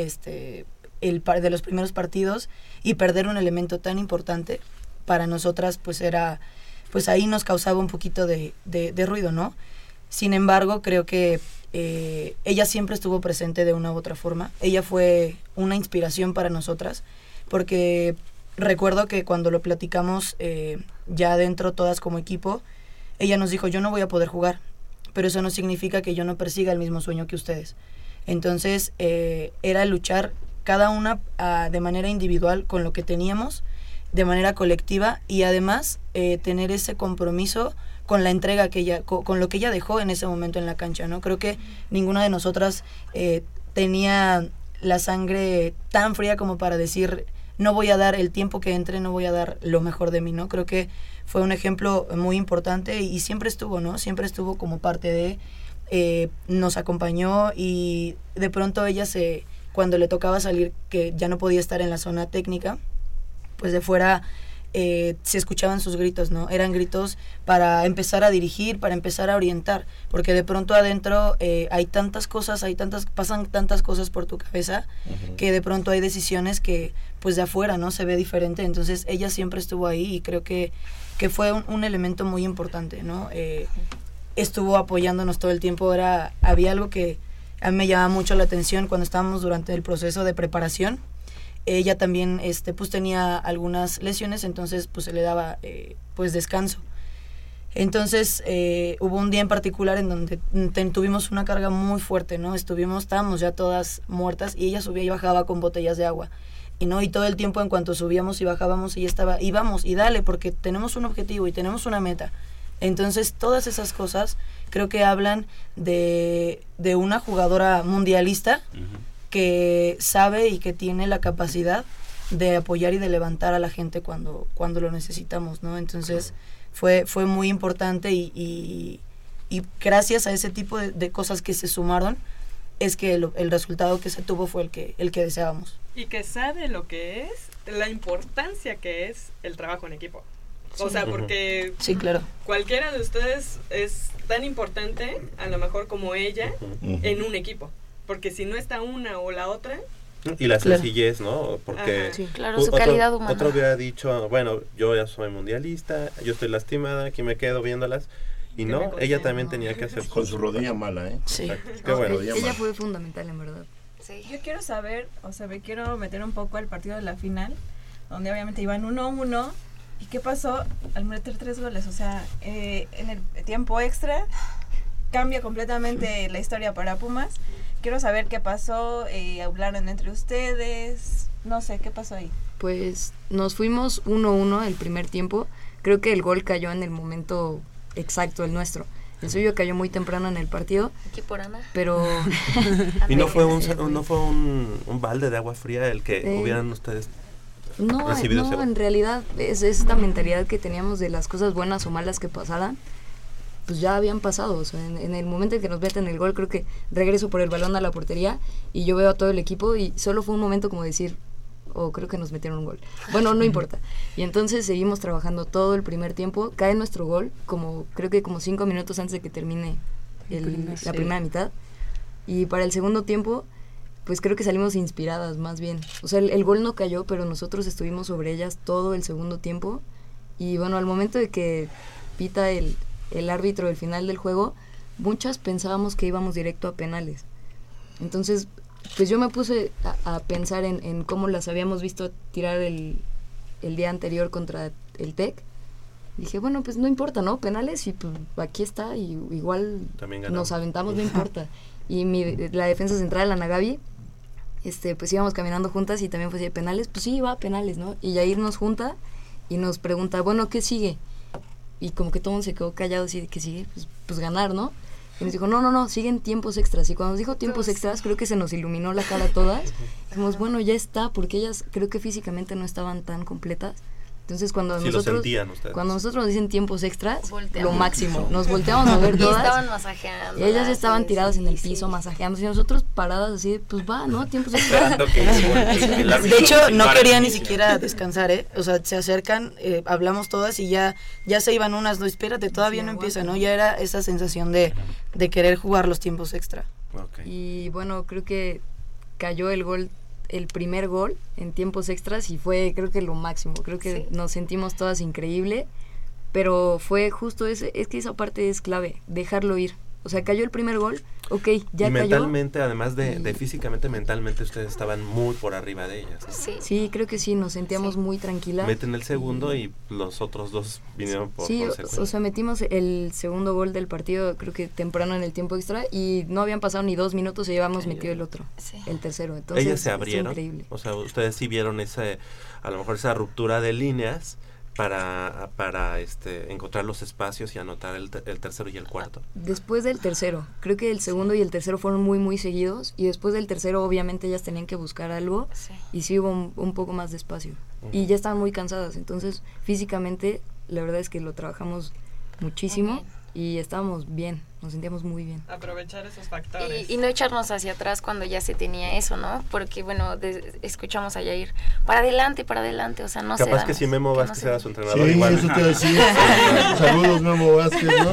de los primeros partidos y perder un elemento tan importante para nosotras pues era, pues ahí nos causaba un poquito de ruido, ¿no? Sin embargo, creo que ella siempre estuvo presente de una u otra forma. Ella fue una inspiración para nosotras, porque recuerdo que cuando lo platicamos ya dentro todas como equipo, ella nos dijo, yo no voy a poder jugar, pero eso no significa que yo no persiga el mismo sueño que ustedes. Entonces, era luchar cada una de manera individual con lo que teníamos, de manera colectiva, y además tener ese compromiso con la entrega que ella, con lo que ella dejó en ese momento en la cancha, ¿no? Creo que ninguna de nosotras tenía la sangre tan fría como para decir, no voy a dar el tiempo que entre, no voy a dar lo mejor de mí, ¿no? Creo que fue un ejemplo muy importante y siempre estuvo, ¿no? Siempre estuvo como parte de, nos acompañó, y de pronto ella cuando le tocaba salir, que ya no podía estar en la zona técnica, pues de fuera se escuchaban sus gritos, ¿no? Eran gritos para empezar a dirigir, para empezar a orientar, porque de pronto adentro hay tantas cosas, pasan tantas cosas por tu cabeza, que de pronto hay decisiones que pues de afuera, ¿no? Se ve diferente. Entonces ella siempre estuvo ahí y creo que fue un elemento muy importante, ¿no? Estuvo apoyándonos todo el tiempo. Había algo que a mí me llamaba mucho la atención cuando estábamos durante el proceso de preparación. Ella también pues tenía algunas lesiones, entonces pues se le daba pues descanso. Entonces hubo un día en particular en donde tuvimos una carga muy fuerte, ¿no? Estábamos ya todas muertas y ella subía y bajaba con botellas de agua. Y todo el tiempo, en cuanto subíamos y bajábamos, ella estaba, y vamos, y dale, porque tenemos un objetivo y tenemos una meta. Entonces todas esas cosas creo que hablan de una jugadora mundialista, que sabe y que tiene la capacidad de apoyar y de levantar a la gente cuando lo necesitamos, ¿no? Entonces fue muy importante y gracias a ese tipo de cosas que se sumaron es que el resultado que se tuvo fue el que deseábamos. Y que sabe lo que es, la importancia que es el trabajo en equipo. O sea, porque sí, claro, cualquiera de ustedes es tan importante, a lo mejor como ella, en un equipo. Porque si no está una o la otra... Y la sencillez, ¿no? Porque sí, claro, su calidad humana. Otro hubiera dicho, bueno, yo ya soy mundialista, yo estoy lastimada, aquí me quedo viéndolas. Y no, ella también tenía que hacer... Con su rodilla mala, ¿eh? Sí. Qué bueno. Ella fue fundamental, en verdad. Sí. Yo quiero saber, o sea, me quiero meter un poco al partido de la final, donde obviamente iban 1-1. ¿Y qué pasó al meter 3 goles? O sea, en el tiempo extra cambia completamente la historia para Pumas. Quiero saber qué pasó, hablaron entre ustedes, no sé, ¿qué pasó ahí? Pues nos fuimos 1-1 el primer tiempo. Creo que el gol cayó en el momento exacto, el nuestro. El suyo cayó muy temprano en el partido. ¿Qué por Ana? Pero... ¿Y no fue un balde de agua fría el que hubieran ustedes recibido? No, en realidad es esta mentalidad que teníamos de las cosas buenas o malas que pasaran, pues ya habían pasado. O sea, en el momento en que nos meten el gol, creo que regreso por el balón a la portería y yo veo a todo el equipo y solo fue un momento como decir, creo que nos metieron un gol. Bueno, no importa. Y entonces seguimos trabajando todo el primer tiempo. Cae nuestro gol, creo que como 5 minutos antes de que termine la primera mitad. Y para el segundo tiempo, pues creo que salimos inspiradas más bien. O sea, el gol no cayó, pero nosotros estuvimos sobre ellas todo el segundo tiempo. Y bueno, al momento de que pita el árbitro el final del juego, muchas pensábamos que íbamos directo a penales. Entonces... pues yo me puse a pensar en cómo las habíamos visto tirar el día anterior contra el TEC. Dije, bueno, pues no importa, ¿no? Penales y pues aquí está, y igual nos aventamos, no importa. Y la defensa central, Ana Gaby, pues íbamos caminando juntas y también fue así de penales, pues sí, va a penales, ¿no? Y Yair nos junta y nos pregunta, bueno, ¿qué sigue? Y como que todo el mundo se quedó callado así de ¿qué sigue? Pues ganar, ¿no? Y nos dijo, no, siguen tiempos extras. Y cuando nos dijo tiempos extras, creo que se nos iluminó la cara a todas. Dijimos, bueno, ya está, porque ellas creo que físicamente no estaban tan completas. Entonces cuando cuando nosotros nos dicen tiempos extras, lo máximo, nos volteamos a ver todas. Y estaban masajeando. Y ellas estaban tiradas en el piso, masajeándose, y nosotros paradas así, pues va, ¿no? Tiempos extras. De hecho, no querían ni siquiera descansar, ¿eh? O sea, se acercan, hablamos todas y ya se iban unas, no, espérate, todavía no empieza, ¿no? Ya era esa sensación de querer jugar los tiempos extra. Okay. Y bueno, creo que cayó el primer gol en tiempos extras y fue creo que lo máximo, creo que nos sentimos todas increíble, pero fue justo es que esa parte es clave, dejarlo ir. O sea, cayó el primer gol, ya y cayó. Mentalmente, además de físicamente, mentalmente ustedes estaban muy por arriba de ellas, ¿no? Sí, creo que sí, nos sentíamos muy tranquilas. Meten el segundo y los otros dos vinieron por consecuencia. O sea, metimos el segundo gol del partido, creo que temprano en el tiempo extra, y no habían pasado ni 2 minutos y llevamos metido el otro, el tercero. Entonces, ellas se abrieron, o sea, ustedes sí vieron a lo mejor esa ruptura de líneas para encontrar los espacios y anotar el tercero y el cuarto. Después del tercero, creo que el segundo y el tercero fueron muy muy seguidos, y después del tercero obviamente ellas tenían que buscar algo, y sí hubo un poco más de espacio, y ya estaban muy cansadas, entonces físicamente la verdad es que lo trabajamos muchísimo y estábamos bien, nos sentíamos muy bien. Aprovechar esos factores. Y no echarnos hacia atrás cuando ya se tenía eso, ¿no? Porque, bueno, escuchamos a Yair, para adelante, o sea, no sé. Capaz que si Memo Vázquez era su entrenador, igual. Sí, eso te decía. Saludos, Memo Vázquez, ¿no?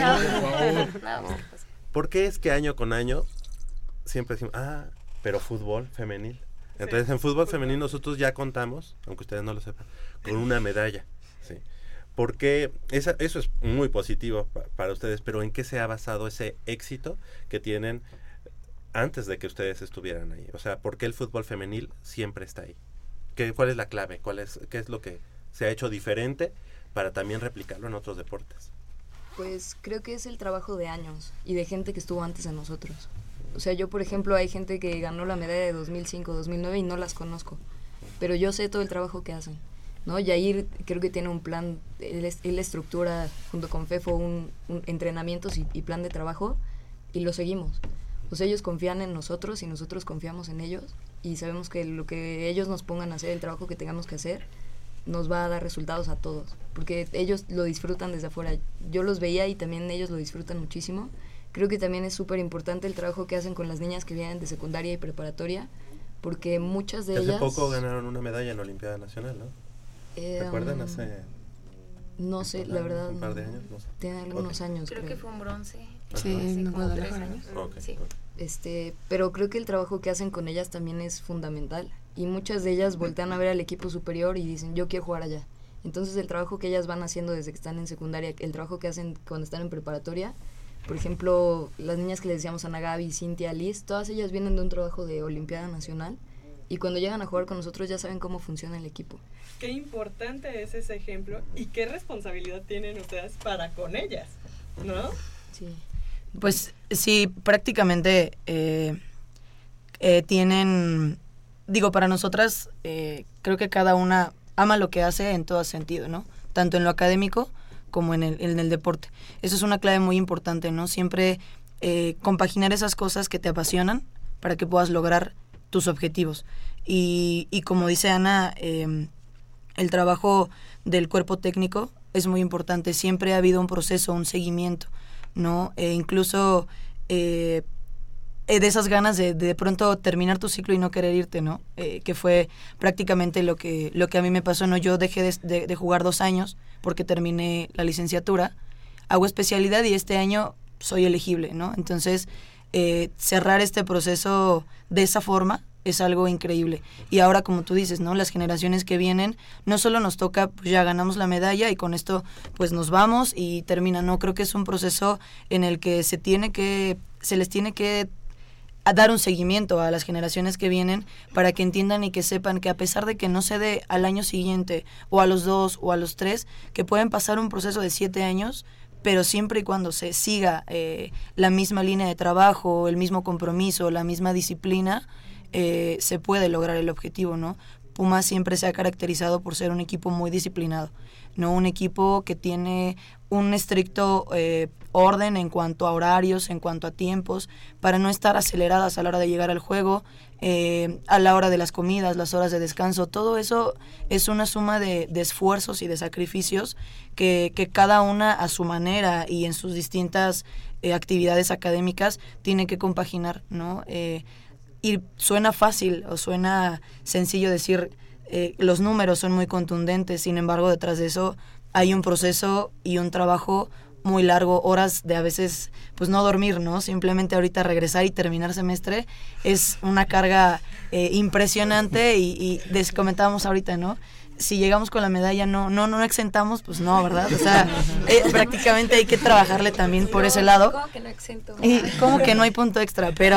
¿Por qué es que año con año siempre decimos, pero fútbol femenil? Entonces, en fútbol femenil nosotros ya contamos, aunque ustedes no lo sepan, con una medalla, sí. Porque eso es muy positivo para ustedes, pero ¿en qué se ha basado ese éxito que tienen antes de que ustedes estuvieran ahí? O sea, ¿por qué el fútbol femenil siempre está ahí? ¿Cuál es la clave? ¿Qué es lo que se ha hecho diferente para también replicarlo en otros deportes? Pues creo que es el trabajo de años y de gente que estuvo antes de nosotros. O sea, yo, por ejemplo, hay gente que ganó la medalla de 2005, 2009 y no las conozco, pero yo sé todo el trabajo que hacen, ¿no? Yair creo que tiene un plan, él estructura junto con Fefo un entrenamientos y plan de trabajo, y lo seguimos. O O sea, ellos confían en nosotros y nosotros confiamos en ellos y sabemos que lo que ellos nos pongan a hacer, el trabajo que tengamos que hacer, nos va a dar resultados a todos, porque ellos lo disfrutan desde afuera. Yo los veía y también ellos lo disfrutan muchísimo. Creo que también es súper importante el trabajo que hacen con las niñas que vienen de secundaria y preparatoria, porque muchas de ellas... Hace poco ganaron una medalla en Olimpiada Nacional, ¿no? ¿Recuerdan? No sé, la verdad. Un par de años, no sé. Tiene algunos años, creo que fue un bronce. Sí, en como 3 años. Sí. Pero creo que el trabajo que hacen con ellas también es fundamental. Y muchas de ellas voltean a ver al equipo superior y dicen, yo quiero jugar allá. Entonces el trabajo que ellas van haciendo desde que están en secundaria, el trabajo que hacen cuando están en preparatoria, por ejemplo, las niñas que les decíamos Ana Gaby, Cintia, Liz, todas ellas vienen de un trabajo de Olimpiada Nacional y cuando llegan a jugar con nosotros ya saben cómo funciona el equipo. Qué importante es ese ejemplo y qué responsabilidad tienen ustedes para con ellas, ¿no? Sí. Pues sí, prácticamente tienen, digo, para nosotras creo que cada una ama lo que hace en todo sentido, ¿no? Tanto en lo académico como en el deporte. Eso es una clave muy importante, ¿no? Siempre compaginar esas cosas que te apasionan para que puedas lograr tus objetivos. Y como dice Ana, el trabajo del cuerpo técnico es muy importante. Siempre ha habido un proceso, un seguimiento, ¿no? Incluso de esas ganas de pronto terminar tu ciclo y no querer irte, ¿no? Que fue prácticamente lo que a mí me pasó, ¿no? Yo dejé de jugar 2 años porque terminé la licenciatura, hago especialidad y este año soy elegible, ¿no? Entonces, cerrar este proceso de esa forma es algo increíble. Y ahora, como tú dices, ¿no? Las generaciones que vienen, no solo nos toca, pues ya ganamos la medalla y con esto pues nos vamos y termina, ¿no? Creo que es un proceso en el que se les tiene que dar un seguimiento a las generaciones que vienen para que entiendan y que sepan que a pesar de que no se dé al año siguiente o a los 2 o a los 3, que pueden pasar un proceso de 7 años, pero siempre y cuando se siga la misma línea de trabajo, el mismo compromiso, la misma disciplina, se puede lograr el objetivo, ¿no? Pumas siempre se ha caracterizado por ser un equipo muy disciplinado, ¿no? Un equipo que tiene un estricto orden en cuanto a horarios, en cuanto a tiempos, para no estar aceleradas a la hora de llegar al juego, a la hora de las comidas, las horas de descanso. Todo eso es una suma de esfuerzos y de sacrificios que cada una a su manera y en sus distintas actividades académicas tiene que compaginar, ¿no? Y suena fácil o suena sencillo decir los números son muy contundentes, sin embargo detrás de eso hay un proceso y un trabajo muy largo, horas de a veces pues no dormir, ¿no? Simplemente ahorita regresar y terminar semestre es una carga impresionante y comentábamos ahorita, ¿no? Si llegamos con la medalla no exentamos, pues no, ¿verdad? O sea, prácticamente hay que trabajarle también por ese lado. ¿Cómo que no exento? Como que no hay punto extra, pero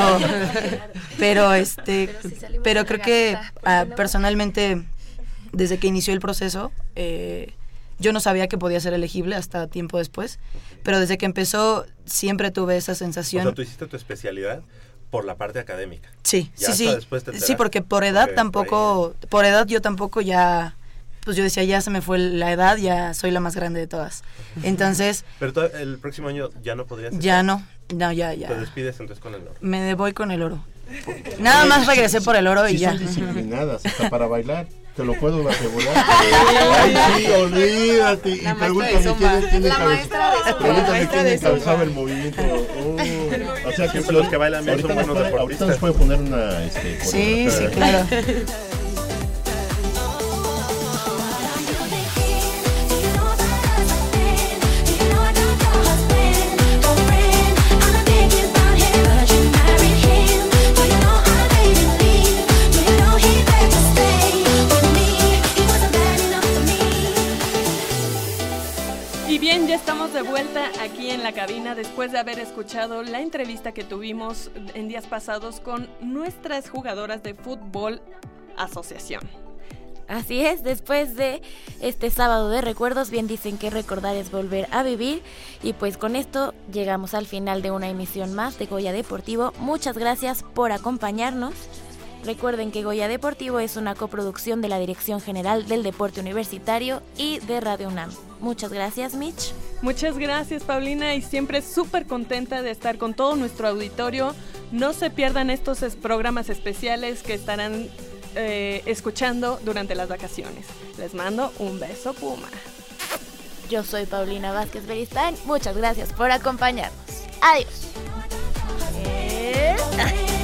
creo que personalmente desde que inició el proceso yo no sabía que podía ser elegible hasta tiempo después, pero desde que empezó siempre tuve esa sensación. O sea, tú hiciste tu especialidad por la parte académica. Sí, ya sí. Sí, porque por edad yo tampoco ya, pues yo decía, ya se me fue la edad, ya soy la más grande de todas. Entonces... Pero el próximo año ya no podrías... Ya no, ya. Te despides entonces con el oro. Me voy con el oro. Nada más regresé por el oro y ya. Son disciplinadas, hasta para bailar. Te lo puedo asegurar. Ay, sí, olvídate. Y pregúntame quién calzaba el movimiento. O sea, que los que bailan bien son buenos deportistas. Ahorita nos puede poner una... Sí, claro. Bien, ya estamos de vuelta aquí en la cabina después de haber escuchado la entrevista que tuvimos en días pasados con nuestras jugadoras de fútbol asociación. Así es, después de este sábado de recuerdos, bien dicen que recordar es volver a vivir, y pues con esto llegamos al final de una emisión más de Goya Deportivo. Muchas gracias por acompañarnos. Recuerden que Goya Deportivo es una coproducción de la Dirección General del Deporte Universitario y de Radio UNAM. Muchas gracias, Mitch. Muchas gracias, Paulina, y siempre súper contenta de estar con todo nuestro auditorio. No se pierdan estos programas especiales que estarán escuchando durante las vacaciones. Les mando un beso, Puma. Yo soy Paulina Vázquez Beristain. Muchas gracias por acompañarnos. Adiós.